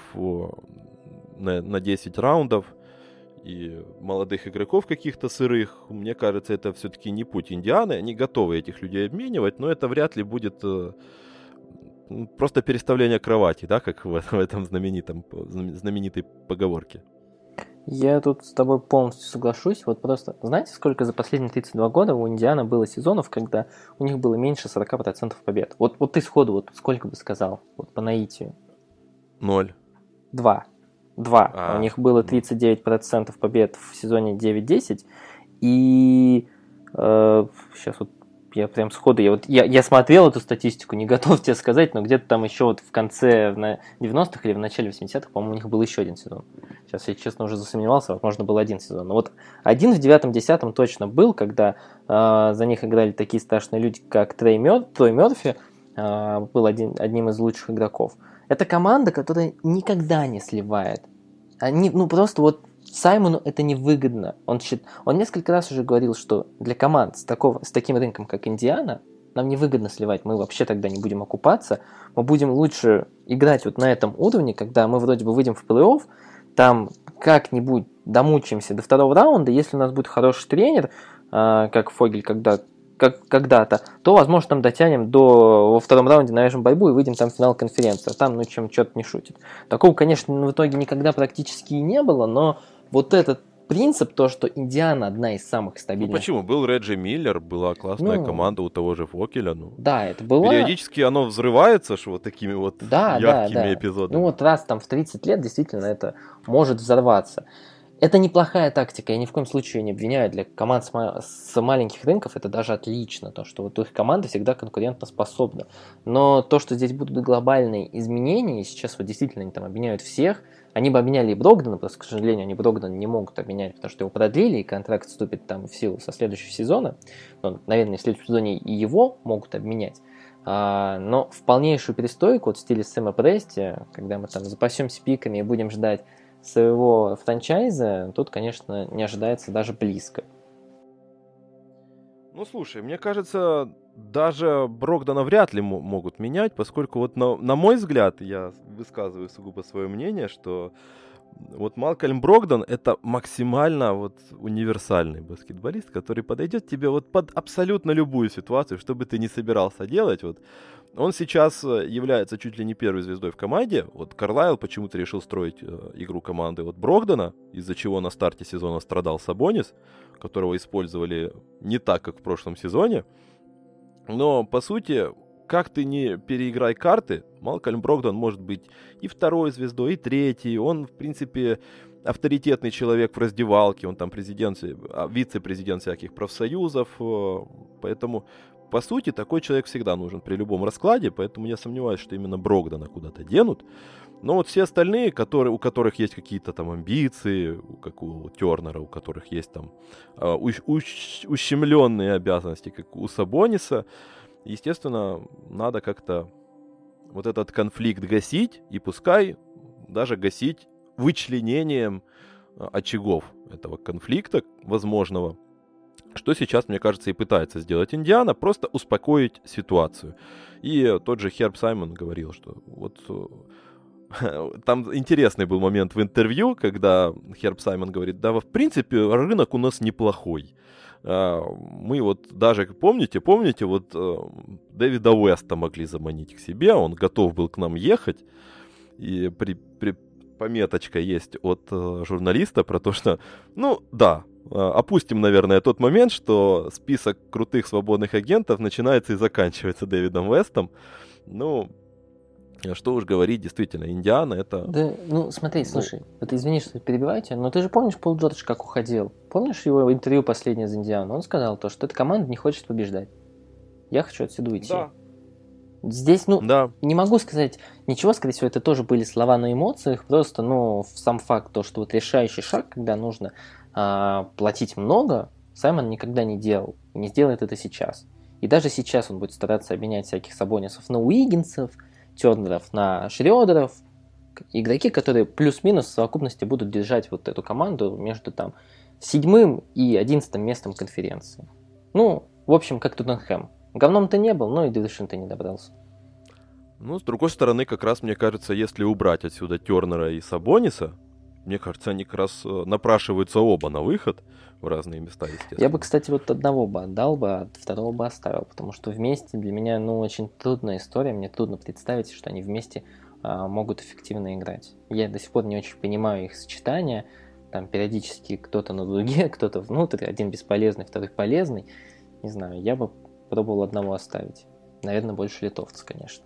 на, на десять раундов и молодых игроков каких-то сырых. Мне кажется, это все-таки не путь Индианы. Они готовы этих людей обменивать, но это вряд ли будет э, просто переставление кровати, да, как в, в этом знаменитом, знаменитой поговорке. Я тут с тобой полностью соглашусь. Вот просто, знаете, сколько за последние тридцать два года у Индианы было сезонов, когда у них было меньше сорок процентов побед? Вот, вот ты сходу, вот сколько бы сказал, вот по наитию? Ноль. Два. Два. А. У них было тридцать девять процентов побед в сезоне девять-десять. И э, сейчас вот я прям сходу, я, вот, я, я смотрел эту статистику, не готов тебе сказать, но где-то там еще вот в конце в девяностых или в начале восьмидесятых, по-моему, у них был еще один сезон. Сейчас я, честно, уже засомневался, возможно, был один сезон. Но вот один в девятом-десятом точно был, когда э, за них играли такие страшные люди, как Трей Мёр, Трой Мёрфи, э, был один, одним из лучших игроков. Это команда, которая никогда не сливает. Они, ну, просто вот Саймону это невыгодно. Он, счит... он несколько раз уже говорил, что для команд с, такого, с таким рынком, как Индиана, нам невыгодно сливать. Мы вообще тогда не будем окупаться. Мы будем лучше играть вот на этом уровне, когда мы вроде бы выйдем в плей-офф, там как-нибудь домучаемся до второго раунда. Если у нас будет хороший тренер, э, как Фогель когда, как, когда-то, то, возможно, там дотянем до во втором раунде, навяжем борьбу и выйдем там в финал конференции. Там, ну, чем черт не шутит. Такого, конечно, в итоге никогда практически и не было, но вот этот принцип, то, что Индиана одна из самых стабильных. Ну почему? Был Реджи Миллер, была классная ну, команда у того же Фокеля. Ну. Да, это было. Периодически оно взрывается, что вот такими вот да, яркими да, да. эпизодами. Ну вот раз там в тридцать лет действительно это может взорваться. Это неплохая тактика, я ни в коем случае не обвиняю. Для команд с, ма- с маленьких рынков это даже отлично, то, что вот их команда всегда конкурентоспособна. Но то, что здесь будут глобальные изменения, и сейчас вот действительно они там обменяют всех, они бы обменяли и Брогдона, просто, к сожалению, они Брогдона не могут обменять, потому что его продлили, и контракт вступит там в силу со следующего сезона. Но, наверное, в следующем сезоне и его могут обменять. А, но в полнейшую перестройку вот в стиле Сэма Прести, когда мы там запасемся пиками и будем ждать своего франчайза, тут, конечно, не ожидается даже близко. Ну, слушай, мне кажется, даже Брогдона вряд ли м- могут менять, поскольку вот на, на мой взгляд, я высказываю сугубо свое мнение, что вот Малкольм Брогдон — это максимально вот универсальный баскетболист, который подойдет тебе вот под абсолютно любую ситуацию, что бы ты ни собирался делать. Вот. Он сейчас является чуть ли не первой звездой в команде. Вот Карлайл почему-то решил строить э, игру команды от Брогдона, из-за чего на старте сезона страдал Сабонис, которого использовали не так, как в прошлом сезоне. Но, по сути, как ты не переиграй карты, Малкольм Брогдон может быть и второй звездой, и третий. Он, в принципе, авторитетный человек в раздевалке. Он там президент, вице-президент всяких профсоюзов. Поэтому, по сути, такой человек всегда нужен при любом раскладе. Поэтому я сомневаюсь, что именно Брогдона куда-то денут. Но вот все остальные, которые, у которых есть какие-то там амбиции, как у Тернера, у которых есть там ущ, ущ, ущемленные обязанности, как у Сабониса, естественно, надо как-то вот этот конфликт гасить, и пускай даже гасить вычленением очагов этого конфликта возможного, что сейчас, мне кажется, и пытается сделать Индиана, просто успокоить ситуацию. И тот же Херб Саймон говорил, что вот... Там интересный был момент в интервью, когда Херб Саймон говорит, да, в принципе, рынок у нас неплохой. Мы вот даже, помните, помните, вот Дэвида Уэста могли заманить к себе, он готов был к нам ехать, и при, при, пометочка есть от журналиста про то, что, ну, да, опустим, наверное, тот момент, что список крутых свободных агентов начинается и заканчивается Дэвидом Уэстом. Ну, что уж говорить, действительно, Индиана это... Да, ну смотри, слушай, вот извини, что перебиваю тебя, но ты же помнишь Пол Джордж, как уходил? Помнишь его интервью последнее из Индианы? Он сказал то, что эта команда не хочет побеждать. Я хочу отсюда уйти. Да. Здесь, ну, да. не могу сказать ничего, скорее всего, это тоже были слова на эмоциях, просто, ну, сам факт, то, что вот решающий шаг, когда нужно а, платить много, Саймон никогда не делал, не сделает это сейчас. И даже сейчас он будет стараться обменять всяких Сабонисов на Уиггинсов, Тернеров на Шрёдеров, игроки, которые плюс-минус в совокупности будут держать вот эту команду между там седьмым и одиннадцатым местом конференции. Ну, в общем, как Тоттенхэм. Говном-то не был, но и до вершин-то не добрался. Ну, с другой стороны, как раз, мне кажется, если убрать отсюда Тернера и Сабониса, мне кажется, они как раз напрашиваются оба на выход в разные места, естественно. Я бы, кстати, вот одного бы отдал бы, а второго бы оставил, потому что вместе для меня, ну, очень трудная история, мне трудно представить, что они вместе а, могут эффективно играть. Я до сих пор не очень понимаю их сочетания, там периодически кто-то на дуге, кто-то внутрь, один бесполезный, второй полезный, не знаю, я бы пробовал одного оставить. Наверное, больше литовца, конечно.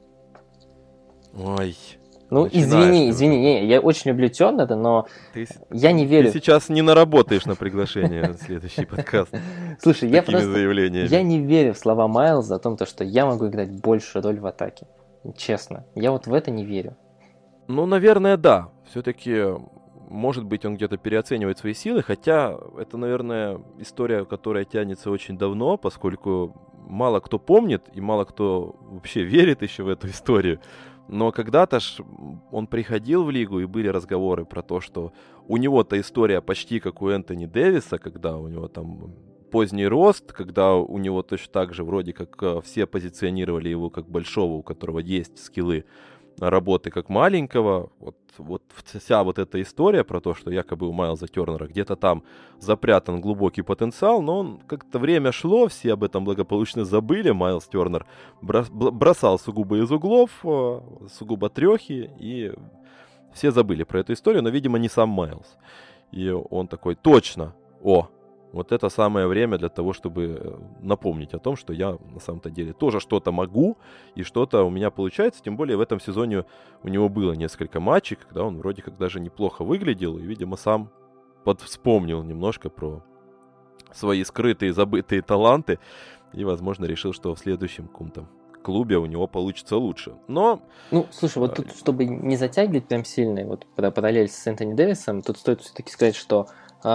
Ой... Ну, извини, извини, не, я очень люблю Тернера, но ты, я не верю. Ты сейчас не наработаешь на приглашение в следующий подкаст. Слушай, я просто заявлениями. Я не верю в слова Майлза о том, что я могу играть большую роль в атаке. Честно, я вот в это не верю. Ну, наверное, да. Все-таки, может быть, он где-то переоценивает свои силы, хотя это, наверное, история, которая тянется очень давно, поскольку мало кто помнит и мало кто вообще верит еще в эту историю. Но когда-то ж он приходил в лигу, и были разговоры про то, что у него-то история почти как у Энтони Дэвиса, когда у него там поздний рост, когда у него точно так же вроде как все позиционировали его как большого, у которого есть скиллы работы как маленького. Вот, вот вся вот эта история про то, что якобы у Майлза Тернера где-то там запрятан глубокий потенциал, но он как-то время шло, все об этом благополучно забыли. Майлз Тернер бросал сугубо из углов, сугубо трехи, и все забыли про эту историю, но, видимо, не сам Майлз. И он такой, точно, о, вот это самое время для того, чтобы напомнить о том, что я на самом-то деле тоже что-то могу, и что-то у меня получается. Тем более в этом сезоне у него было несколько матчей, когда он вроде как даже неплохо выглядел, и, видимо, сам подвспомнил немножко про свои скрытые, забытые таланты, и, возможно, решил, что в следующем каком-то клубе у него получится лучше. Но... Ну, слушай, вот тут, чтобы не затягивать прям сильно, вот параллель с Энтони Дэвисом, тут стоит все-таки сказать, что...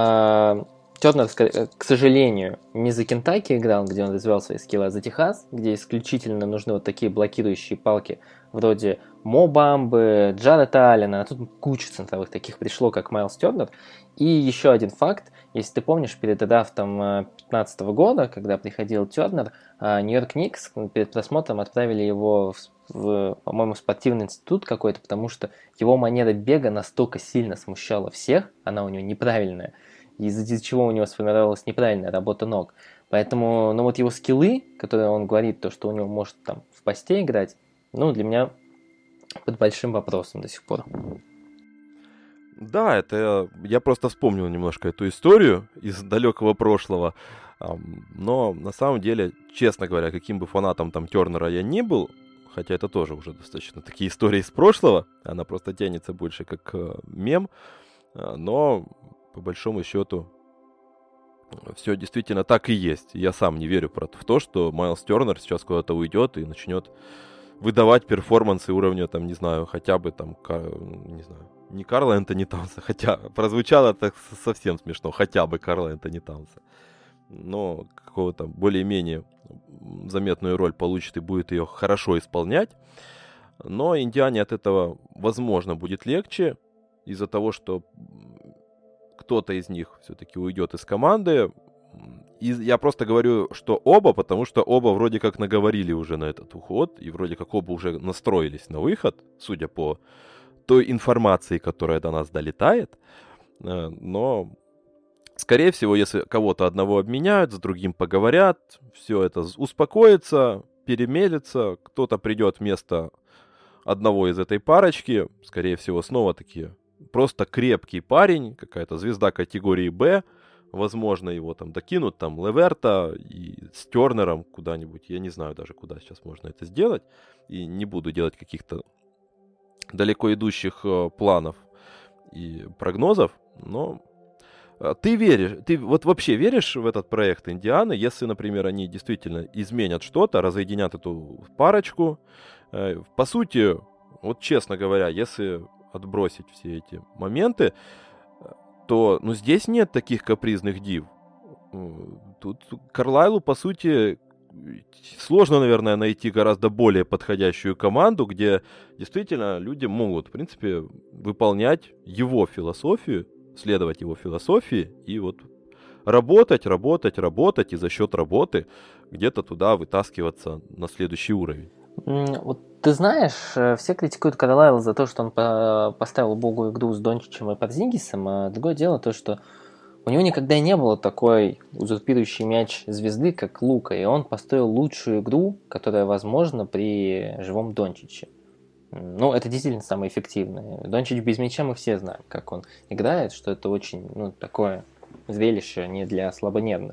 Э- Тернер, к сожалению, не за Кентаки играл, где он развивал свои скиллы, а за Техас, где исключительно нужны вот такие блокирующие палки вроде Мо Бамбы, Джарета Аллена, а тут куча центровых таких пришло, как Майлз Тернер. И еще один факт, если ты помнишь, перед драфтом две тысячи пятнадцатого года, когда приходил Тернер, Нью-Йорк Никс перед просмотром отправили его в, в, по-моему, спортивный институт какой-то, потому что его манера бега настолько сильно смущала всех, она у него неправильная, из-за чего у него сформировалась неправильная работа ног. Поэтому, ну вот его скиллы, которые он говорит, то, что у него может там в посте играть, ну, для меня под большим вопросом до сих пор. Да, это я просто вспомнил немножко эту историю из далекого прошлого. Но на самом деле, честно говоря, каким бы фанатом там Тернера я ни был, хотя это тоже уже достаточно такие истории из прошлого, она просто тянется больше как мем, но по большому счету, все действительно так и есть. Я сам не верю в то, что Майлз Тернер сейчас куда-то уйдет и начнет выдавать перформансы уровня, там, не знаю, хотя бы там, не знаю, не Карла Энтони Таунса, хотя прозвучало так совсем смешно, хотя бы Карла Энтони Таунса. Но какого-то более-менее заметную роль получит и будет ее хорошо исполнять. Но Индиане от этого, возможно, будет легче из-за того, что кто-то из них все-таки уйдет из команды. И я просто говорю, что оба, потому что оба вроде как наговорили уже на этот уход, и вроде как оба уже настроились на выход, судя по той информации, которая до нас долетает. Но, скорее всего, если кого-то одного обменяют, с другим поговорят, все это успокоится, перемелется, кто-то придет вместо одного из этой парочки, скорее всего, снова-таки просто крепкий парень, какая-то звезда категории Б, возможно, его там докинут, там, Леверта и с Тернером куда-нибудь, я не знаю даже, куда сейчас можно это сделать, и не буду делать каких-то далеко идущих э, планов и прогнозов, но э, ты веришь, ты вот вообще веришь в этот проект Индианы, если, например, они действительно изменят что-то, разъединят эту парочку, э, по сути, вот честно говоря, если отбросить все эти моменты, то, ну, здесь нет таких капризных див. Тут Карлайлу, по сути, сложно, наверное, найти гораздо более подходящую команду, где действительно люди могут, в принципе, выполнять его философию, следовать его философии и вот работать, работать, работать и за счет работы где-то туда вытаскиваться на следующий уровень. Вот ты знаешь, все критикуют Карлайла за то, что он поставил убогую игру с Дончичем и Порзингисом, а другое дело то, что у него никогда не было такой узурпирующий мяч звезды, как Лука, и он построил лучшую игру, которая возможна при живом Дончиче. Ну, это действительно самое эффективное. Дончич без мяча мы все знаем, как он играет, что это очень, ну, такое зрелище не для слабонервных.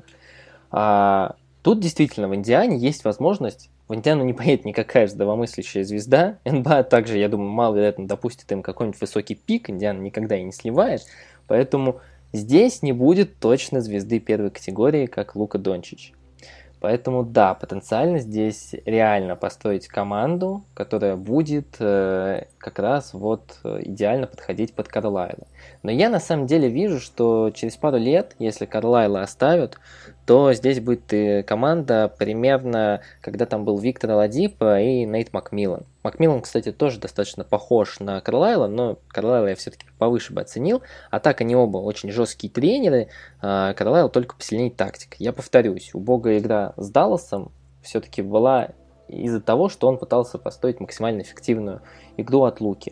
А тут действительно в Индиане есть возможность. В Индиану не поедет никакая здравомыслящая звезда. эн би эй также, я думаю, маловероятно допустит им какой-нибудь высокий пик. Индиана никогда и не сливает. Поэтому здесь не будет точно звезды первой категории, как Лука Дончич. Поэтому да, потенциально здесь реально построить команду, которая будет э, как раз вот идеально подходить под Карлайла. Но я на самом деле вижу, что через пару лет, если Карлайла оставят, то здесь будет и команда примерно, когда там был Виктор Оладипо и Нейт Макмиллан. Макмиллан, кстати, тоже достаточно похож на Карлайла, но Карлайла я все-таки повыше бы оценил. А так они оба очень жесткие тренеры, а Карлайл только посильнее тактик. Я повторюсь, убогая игра с Далласом все-таки была из-за того, что он пытался построить максимально эффективную игру от Луки.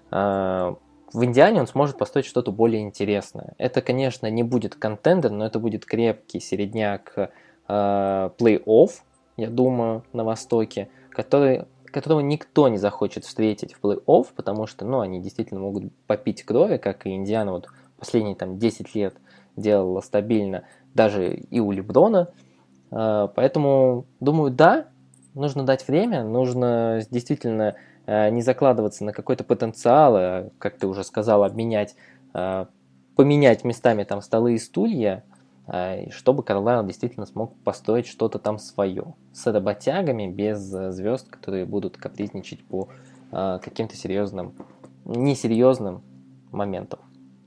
В Индиане он сможет построить что-то более интересное. Это, конечно, не будет контендер, но это будет крепкий середняк э, плей-офф, я думаю, на Востоке, который, которого никто не захочет встретить в плей-офф, потому что, ну, они действительно могут попить крови, как и Индиана вот последние там десять лет делала стабильно, даже и у Леброна. Э, поэтому, думаю, да, нужно дать время, нужно действительно не закладываться на какой-то потенциал, а, как ты уже сказал, обменять, поменять местами там столы и стулья, чтобы Карлайл действительно смог построить что-то там свое. С работягами, без звезд, которые будут капризничать по каким-то серьезным, несерьезным моментам.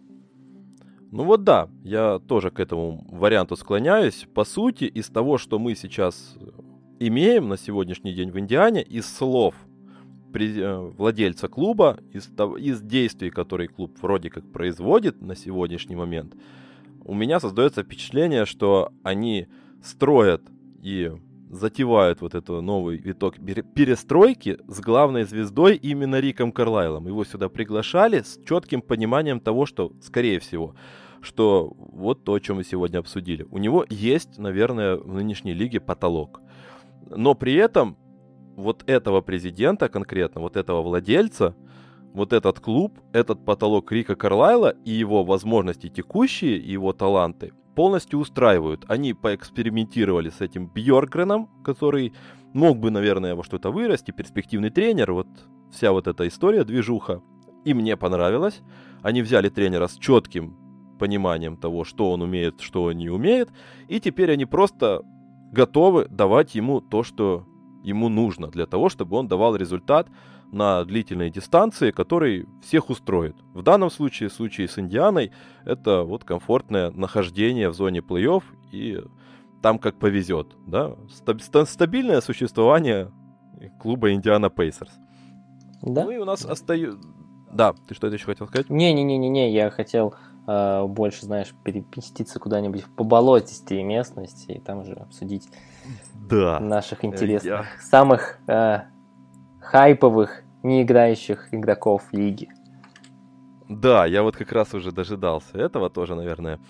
Ну вот да, я тоже к этому варианту склоняюсь. По сути, из того, что мы сейчас имеем на сегодняшний день в Индиане, из слов владельца клуба, из, из действий, которые клуб вроде как производит на сегодняшний момент, у меня создается впечатление, что они строят и затевают вот этот новый виток перестройки с главной звездой именно Риком Карлайлом. Его сюда приглашали с четким пониманием того, что, скорее всего, что вот то, о чем мы сегодня обсудили. У него есть, наверное, в нынешней лиге потолок. Но при этом вот этого президента конкретно, вот этого владельца, вот этот клуб, этот потолок Рика Карлайла и его возможности текущие, и его таланты полностью устраивают. Они поэкспериментировали с этим Бьоркгреном, который мог бы, наверное, во что-то вырасти, перспективный тренер, вот вся вот эта история, движуха. И мне понравилось. Они взяли тренера с четким пониманием того, что он умеет, что он не умеет, и теперь они просто готовы давать ему то, что ему нужно для того, чтобы он давал результат на длительной дистанции, который всех устроит. В данном случае, в случае с Индианой, это вот комфортное нахождение в зоне плей-офф и там как повезет, да? Стабильное существование клуба Индиана Пейсерс. Да? Ну и у нас остается... Да, ты что-то еще хотел сказать? Не-не-не-не, я хотел э, больше, знаешь, переместиться куда-нибудь по болотистой местности и там же обсудить Да. наших интересных, Я... самых э, хайповых, не играющих игроков лиги. Да, я вот как раз уже дожидался этого тоже, наверное.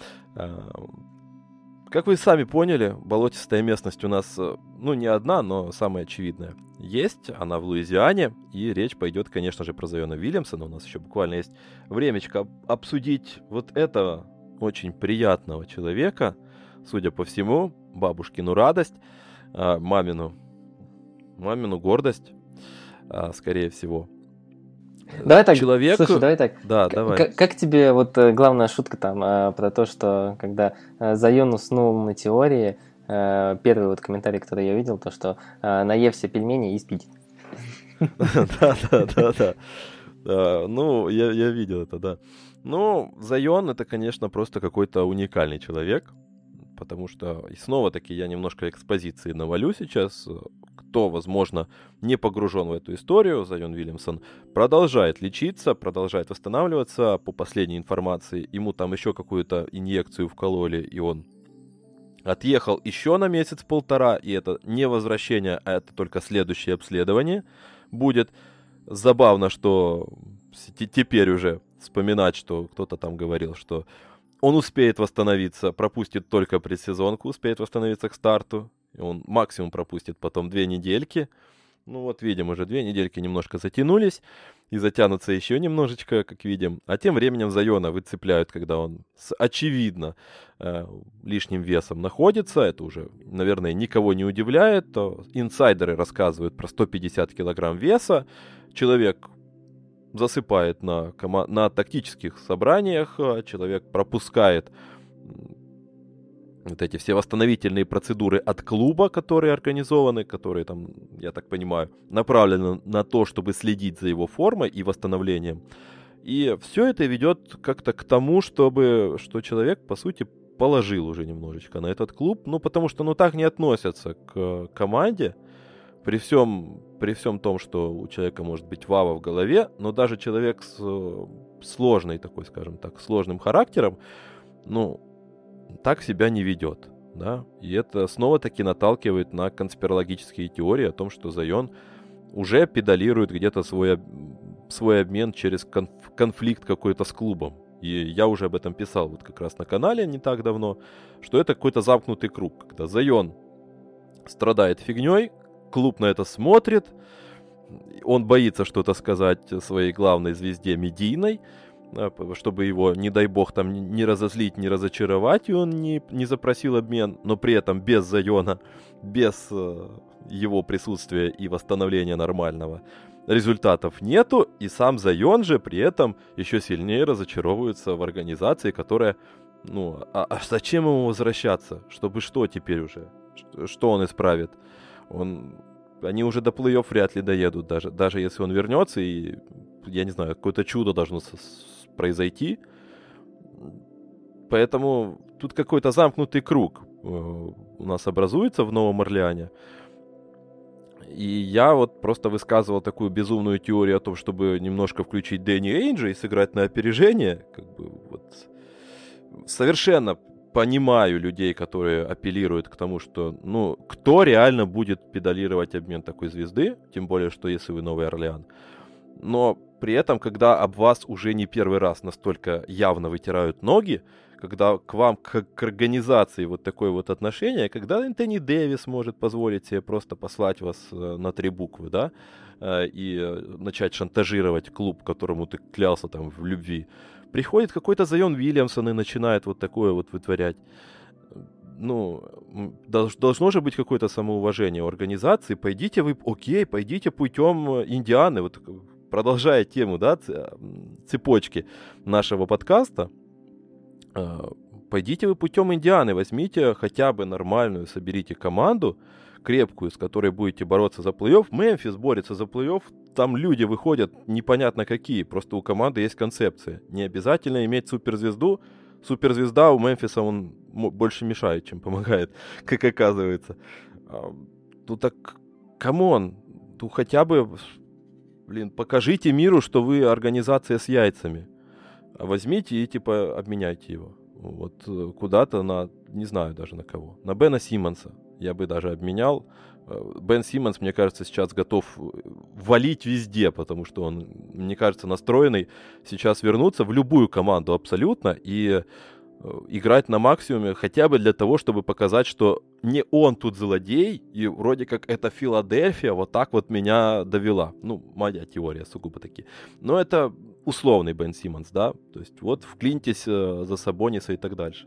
Как вы сами поняли, болотистая местность у нас, ну, не одна, но самая очевидная. Есть, она в Луизиане, и речь пойдет, конечно же, про Зайона Вильямсона. У нас еще буквально есть времечко обсудить вот этого очень приятного человека, судя по всему, бабушкину радость, мамину, мамину гордость, скорее всего. Давай так, Человек... слушай, давай так. Да, К- давай. Как, как тебе вот э, главная шутка там э, про то, что когда э, Зайон уснул на теории, э, первый вот комментарий, который я видел, то что э, наев все пельмени и спит. Да, да, да, да. Ну, я я видел это, да. Ну, Зайон — это, конечно, просто какой-то уникальный человек, потому что, и снова-таки, я немножко экспозиции навалю сейчас. Кто, возможно, не погружен в эту историю, Зайон Вильямсон продолжает лечиться, продолжает восстанавливаться. По последней информации, ему там еще какую-то инъекцию вкололи, и он отъехал еще на месяц-полтора, и это не возвращение, а это только следующее обследование будет. Забавно, что теперь уже вспоминать, что кто-то там говорил, что он успеет восстановиться, пропустит только предсезонку, успеет восстановиться к старту. Он максимум пропустит потом две недельки. Ну вот видим, уже две недельки немножко затянулись. И затянутся еще немножечко, как видим. А тем временем Зайона выцепляют, когда он с, очевидно э, лишним весом находится. Это уже, наверное, никого не удивляет. То инсайдеры рассказывают про сто пятьдесят килограмм веса. Человек засыпает на, кома- на тактических собраниях. Человек пропускает вот эти все восстановительные процедуры от клуба, которые организованы, которые там, я так понимаю, направлены на то, чтобы следить за его формой и восстановлением. И все это ведет как-то к тому, чтобы, что человек, по сути, положил уже немножечко на этот клуб, ну, потому что, ну, так не относятся к команде, при всем, при всем том, что у человека может быть вава в голове, но даже человек с сложной такой, скажем так, сложным характером, ну, так себя не ведет, да, и это снова-таки наталкивает на конспирологические теории о том, что Зайон уже педалирует где-то свой, свой обмен через конф- конфликт какой-то с клубом. И я уже об этом писал вот как раз на канале не так давно, что это какой-то замкнутый круг, когда Зайон страдает фигней, клуб на это смотрит, он боится что-то сказать своей главной звезде медийной, чтобы его, не дай бог, там не разозлить, не разочаровать, и он не, не запросил обмен, но при этом без Зайона, без э, его присутствия и восстановления нормального результатов нету, и сам Зайон же при этом еще сильнее разочаровывается в организации, которая, ну, а, а зачем ему возвращаться? Чтобы что теперь уже? Что, что он исправит? Он... Они уже до плей-офф вряд ли доедут, даже, даже если он вернется, и, я не знаю, какое-то чудо должно произойти. Поэтому тут какой-то замкнутый круг э, у нас образуется в Новом Орлеане. И я вот просто высказывал такую безумную теорию о том, чтобы немножко включить Дэнни Эйнджа и сыграть на опережение. Как бы вот совершенно понимаю людей, которые апеллируют к тому, что, ну, кто реально будет педалировать обмен такой звезды, тем более, что если вы Новый Орлеан. Но при этом, когда об вас уже не первый раз настолько явно вытирают ноги, когда к вам, как к организации вот такое вот отношение, когда Энтони Дэвис может позволить себе просто послать вас на три буквы, да, и начать шантажировать клуб, которому ты клялся там в любви, приходит какой-то Зайон Вильямсон и начинает вот такое вот вытворять. Ну, должно же быть какое-то самоуважение у организации. Пойдите вы, окей, пойдите путем Индианы, вот продолжая тему, да, цепочки нашего подкаста, пойдите вы путем Индианы, возьмите хотя бы нормальную, соберите команду крепкую, с которой будете бороться за плей-офф. Мемфис борется за плей-офф, там люди выходят непонятно какие, просто у команды есть концепция. Не обязательно иметь суперзвезду. Суперзвезда у Мемфиса, он больше мешает, чем помогает, как оказывается. Ну так, камон, ну хотя бы блин, покажите миру, что вы организация с яйцами. Возьмите и, типа, обменяйте его. Вот куда-то на, не знаю даже на кого. На Бена Симмонса я бы даже обменял. Бен Симмонс, мне кажется, сейчас готов валить везде, потому что он, мне кажется, настроенный сейчас вернуться в любую команду абсолютно и играть на максимуме хотя бы для того, чтобы показать, что не он тут злодей, и вроде как это Филадельфия вот так вот меня довела. Ну, моя теория сугубо таки. Но это условный Бен Симмонс, да? То есть вот вклиньтесь за Сабониса и так дальше.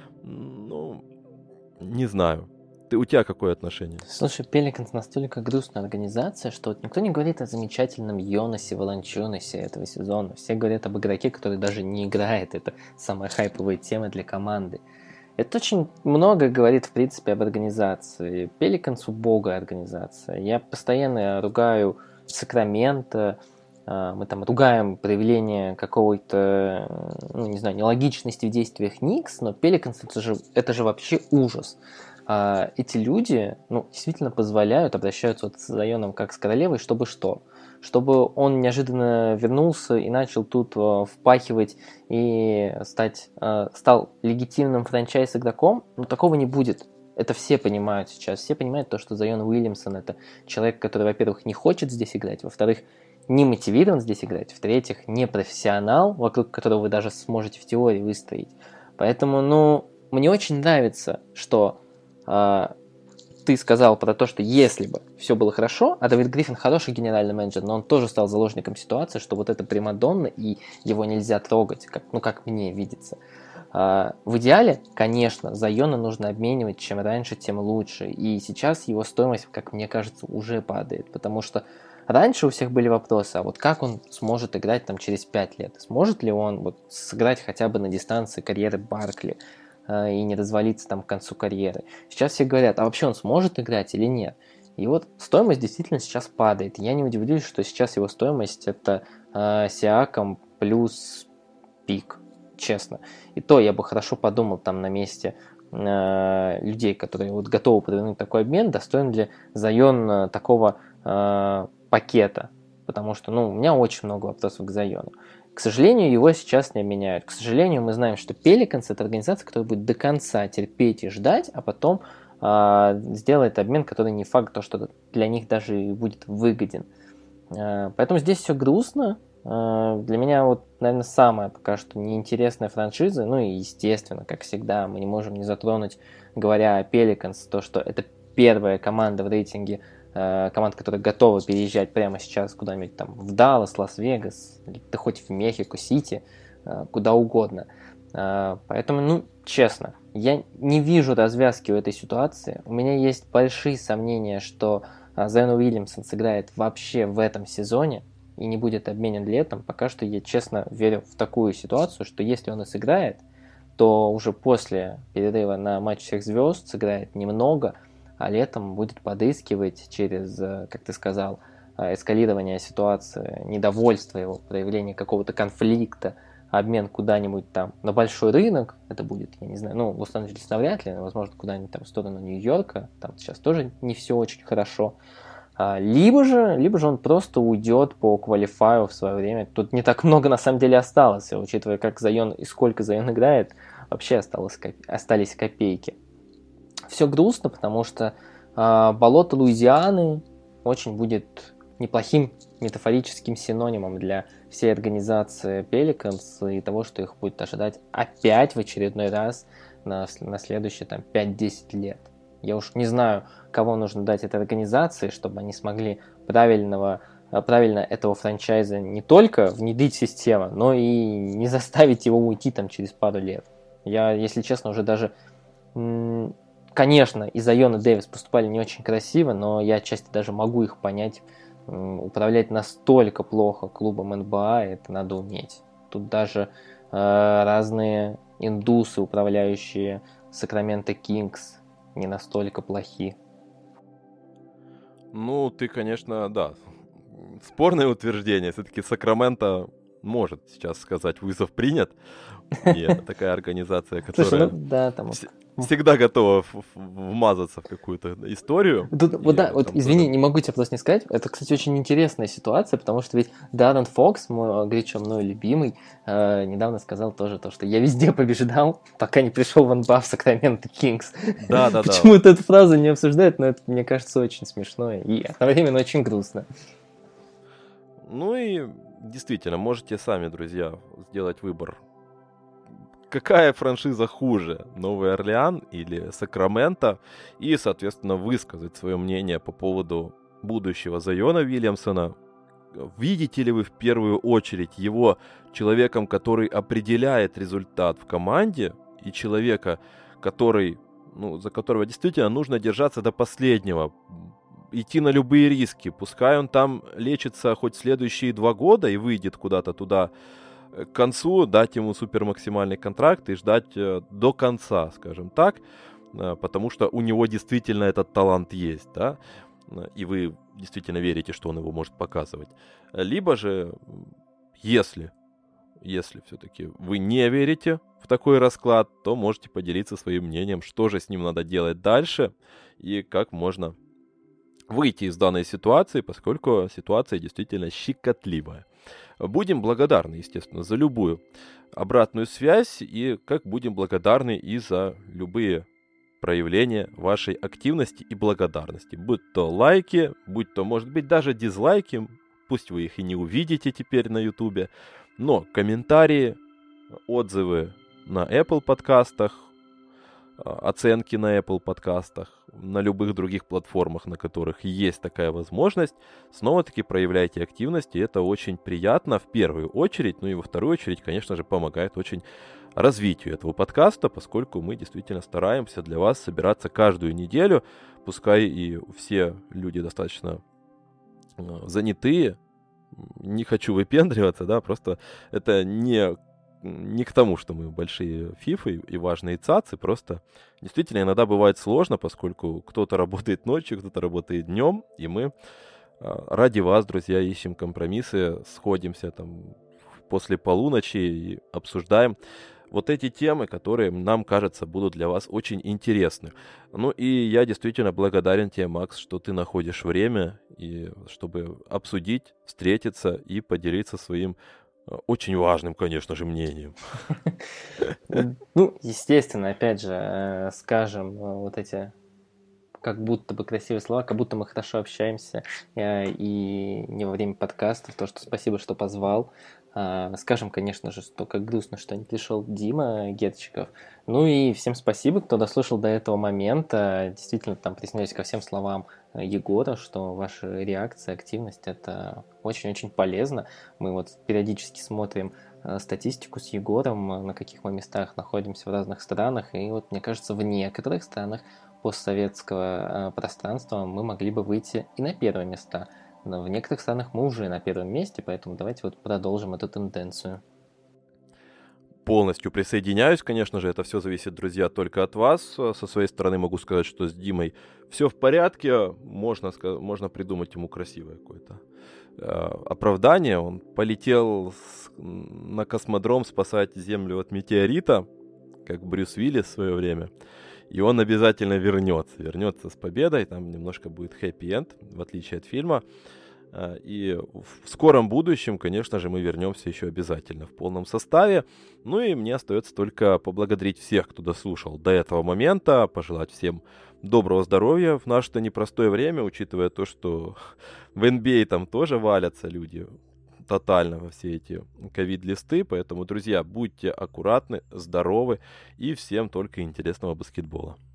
Ну, не знаю. Ты, у тебя какое отношение? Слушай, Пеликанс настолько грустная организация, что вот никто не говорит о замечательном Йонасе Волончунасе этого сезона. Все говорят об игроке, который даже не играет. Это самая хайповая тема для команды. Это очень много говорит, в принципе, об организации. Пеликанс убогая организация. Я постоянно ругаю Сакраменто, мы там ругаем проявление какой-то, ну, не знаю, нелогичности в действиях Никс, но Пеликанс это же, это же вообще ужас. А эти люди, ну, действительно позволяют, обращаются вот с Зайоном как с королевой, чтобы что? Чтобы он неожиданно вернулся и начал тут э, впахивать и стать, э, стал легитимным франчайз-игроком, ну, такого не будет. Это все понимают сейчас. Все понимают то, что Зайон Уильямсон – это человек, который, во-первых, не хочет здесь играть, во-вторых, не мотивирован здесь играть, в-третьих, не профессионал, вокруг которого вы даже сможете в теории выстроить. Поэтому, ну, мне очень нравится, что Uh, ты сказал про то, что если бы все было хорошо, а Дэвид Гриффин хороший генеральный менеджер, но он тоже стал заложником ситуации, что вот это примадонна, и его нельзя трогать, как, ну, как мне видится. Uh, в идеале, конечно, Зайона нужно обменивать, чем раньше, тем лучше. И сейчас его стоимость, как мне кажется, уже падает, потому что раньше у всех были вопросы, а вот как он сможет играть там через пять лет? Сможет ли он вот сыграть хотя бы на дистанции карьеры Баркли и не развалиться там к концу карьеры. Сейчас все говорят, а вообще он сможет играть или нет? И вот стоимость действительно сейчас падает. Я не удивлюсь, что сейчас его стоимость это э, Сиакам плюс пик, честно. И то я бы хорошо подумал там на месте э, людей, которые вот готовы провернуть такой обмен, достоин ли Зайон такого э, пакета. Потому что, ну, у меня очень много вопросов к Зайону. К сожалению, его сейчас не обменяют. К сожалению, мы знаем, что Пеликанс это организация, которая будет до конца терпеть и ждать, а потом э, сделает обмен, который не факт, то, что для них даже будет выгоден. Э, поэтому здесь все грустно. Э, для меня вот, наверное, самая пока что неинтересная франшиза, ну и естественно, как всегда, мы не можем не затронуть, говоря о Пеликанс, то, что это первая команда в рейтинге команд, которые готовы переезжать прямо сейчас куда-нибудь там в Даллас, Лас-Вегас, да хоть в Мехико-Сити, куда угодно. Поэтому, ну, честно, я не вижу развязки у этой ситуации. У меня есть большие сомнения, что Зайон Уильямсон сыграет вообще в этом сезоне и не будет обменен летом. Пока что я честно верю в такую ситуацию, что если он и сыграет, то уже после перерыва на матч всех звезд сыграет немного, а летом будет подыскивать через, как ты сказал, эскалирование ситуации, недовольство его, проявление какого-то конфликта, обмен куда-нибудь там на большой рынок, это будет, я не знаю, ну, в Лос-Анджелес навряд ли, но, возможно, куда-нибудь там в сторону Нью-Йорка, там сейчас тоже не все очень хорошо. Либо же, либо же он просто уйдет по квалифаю в свое время. Тут не так много на самом деле осталось, учитывая, как Зайон и сколько Зайон играет, вообще осталось, остались копейки. Все грустно, потому что э, болото Луизианы очень будет неплохим метафорическим синонимом для всей организации Пеликанс и того, что их будет ожидать опять в очередной раз на, на следующие там, пять-десять лет. Я уж не знаю, кого нужно дать этой организации, чтобы они смогли правильного, правильно этого франчайза не только внедрить в систему, но и не заставить его уйти там, через пару лет. Я, если честно, уже даже... М- Конечно, и Зайон и Дэвис поступали не очень красиво, но я отчасти даже могу их понять. Управлять настолько плохо клубом эн бэ а, это надо уметь. Тут даже э, разные индусы, управляющие Сакраменто Кингс, не настолько плохи. Ну, ты, конечно, да. Спорное утверждение. Все-таки Сакраменто может сейчас сказать «вызов принят». И это такая организация, которая Слушай, ну да, там... вс- всегда готова в- в- вмазаться в какую-то историю. Тут, вот И да, вот там извини, тоже- не могу тебя просто не сказать. Это, кстати, очень интересная ситуация, потому что ведь Даррен Фокс, мой горячо мной любимый, э, недавно сказал тоже то, что я везде побеждал, пока не пришел Ван Бафф Сакраменто Кингс. Да-да-да. Почему-то эту фразу не обсуждают, но это, мне кажется, очень смешно и одновременно очень грустно. Ну и действительно, можете сами, друзья, сделать выбор. Какая франшиза хуже, Новый Орлеан или Сакраменто, и, соответственно, высказать свое мнение по поводу будущего Зайона Уильямсона. Видите ли вы в первую очередь его человеком, который определяет результат в команде, и человека, который, ну, за которого действительно нужно держаться до последнего, идти на любые риски, пускай он там лечится хоть следующие два года и выйдет куда-то туда к концу, дать ему супермаксимальный контракт и ждать э, до конца, скажем так, э, потому что у него действительно этот талант есть, да, и вы действительно верите, что он его может показывать. Либо же, если, если все-таки вы не верите в такой расклад, то можете поделиться своим мнением, что же с ним надо делать дальше и как можно выйти из данной ситуации, поскольку ситуация действительно щекотливая. Будем благодарны, естественно, за любую обратную связь и как будем благодарны и за любые проявления вашей активности и благодарности. Будь то лайки, будь то, может быть, даже дизлайки, пусть вы их и не увидите теперь на Ютубе, но комментарии, отзывы на Apple подкастах, оценки на Apple подкастах, на любых других платформах, на которых есть такая возможность, снова-таки проявляйте активность, и это очень приятно в первую очередь, ну и во вторую очередь, конечно же, помогает очень развитию этого подкаста, поскольку мы действительно стараемся для вас собираться каждую неделю, пускай и все люди достаточно занятые, не хочу выпендриваться, да, просто это не не к тому, что мы большие фифы и важные цацы, просто действительно иногда бывает сложно, поскольку кто-то работает ночью, кто-то работает днем, и мы ради вас, друзья, ищем компромиссы, сходимся там после полуночи и обсуждаем вот эти темы, которые, нам кажется, будут для вас очень интересны. Ну и я действительно благодарен тебе, Макс, что ты находишь время, и чтобы обсудить, встретиться и поделиться своим очень важным, конечно же, мнением. Ну, естественно, опять же, скажем вот эти как будто бы красивые слова, как будто мы хорошо общаемся, и не во время подкастов, то, что спасибо, что позвал. Скажем, конечно же, что как грустно, что не пришел Дима Гетчиков. Ну и всем спасибо, кто дослушал до этого момента. Действительно, там присоединяюсь ко всем словам Егора, что ваша реакция, активность – это очень-очень полезно. Мы вот периодически смотрим статистику с Егором, на каких мы местах находимся в разных странах. И вот, мне кажется, в некоторых странах постсоветского пространства мы могли бы выйти и на первые места. Но в некоторых странах мы уже на первом месте, поэтому давайте вот продолжим эту тенденцию. Полностью присоединяюсь, конечно же, это все зависит, друзья, только от вас. Со своей стороны могу сказать, что с Димой все в порядке, можно, можно придумать ему красивое какое-то э, оправдание. Он полетел с, на космодром спасать Землю от метеорита, как Брюс Уиллис в свое время. И он обязательно вернется, вернется с победой, там немножко будет хэппи-энд, в отличие от фильма. И в скором будущем, конечно же, мы вернемся еще обязательно в полном составе. Ну и мне остается только поблагодарить всех, кто дослушал до этого момента, пожелать всем доброго здоровья в наше-то непростое время, учитывая то, что в эн би эй там тоже валятся люди тотально во все эти ковид-листы. Поэтому, друзья, будьте аккуратны, здоровы и всем только интересного баскетбола.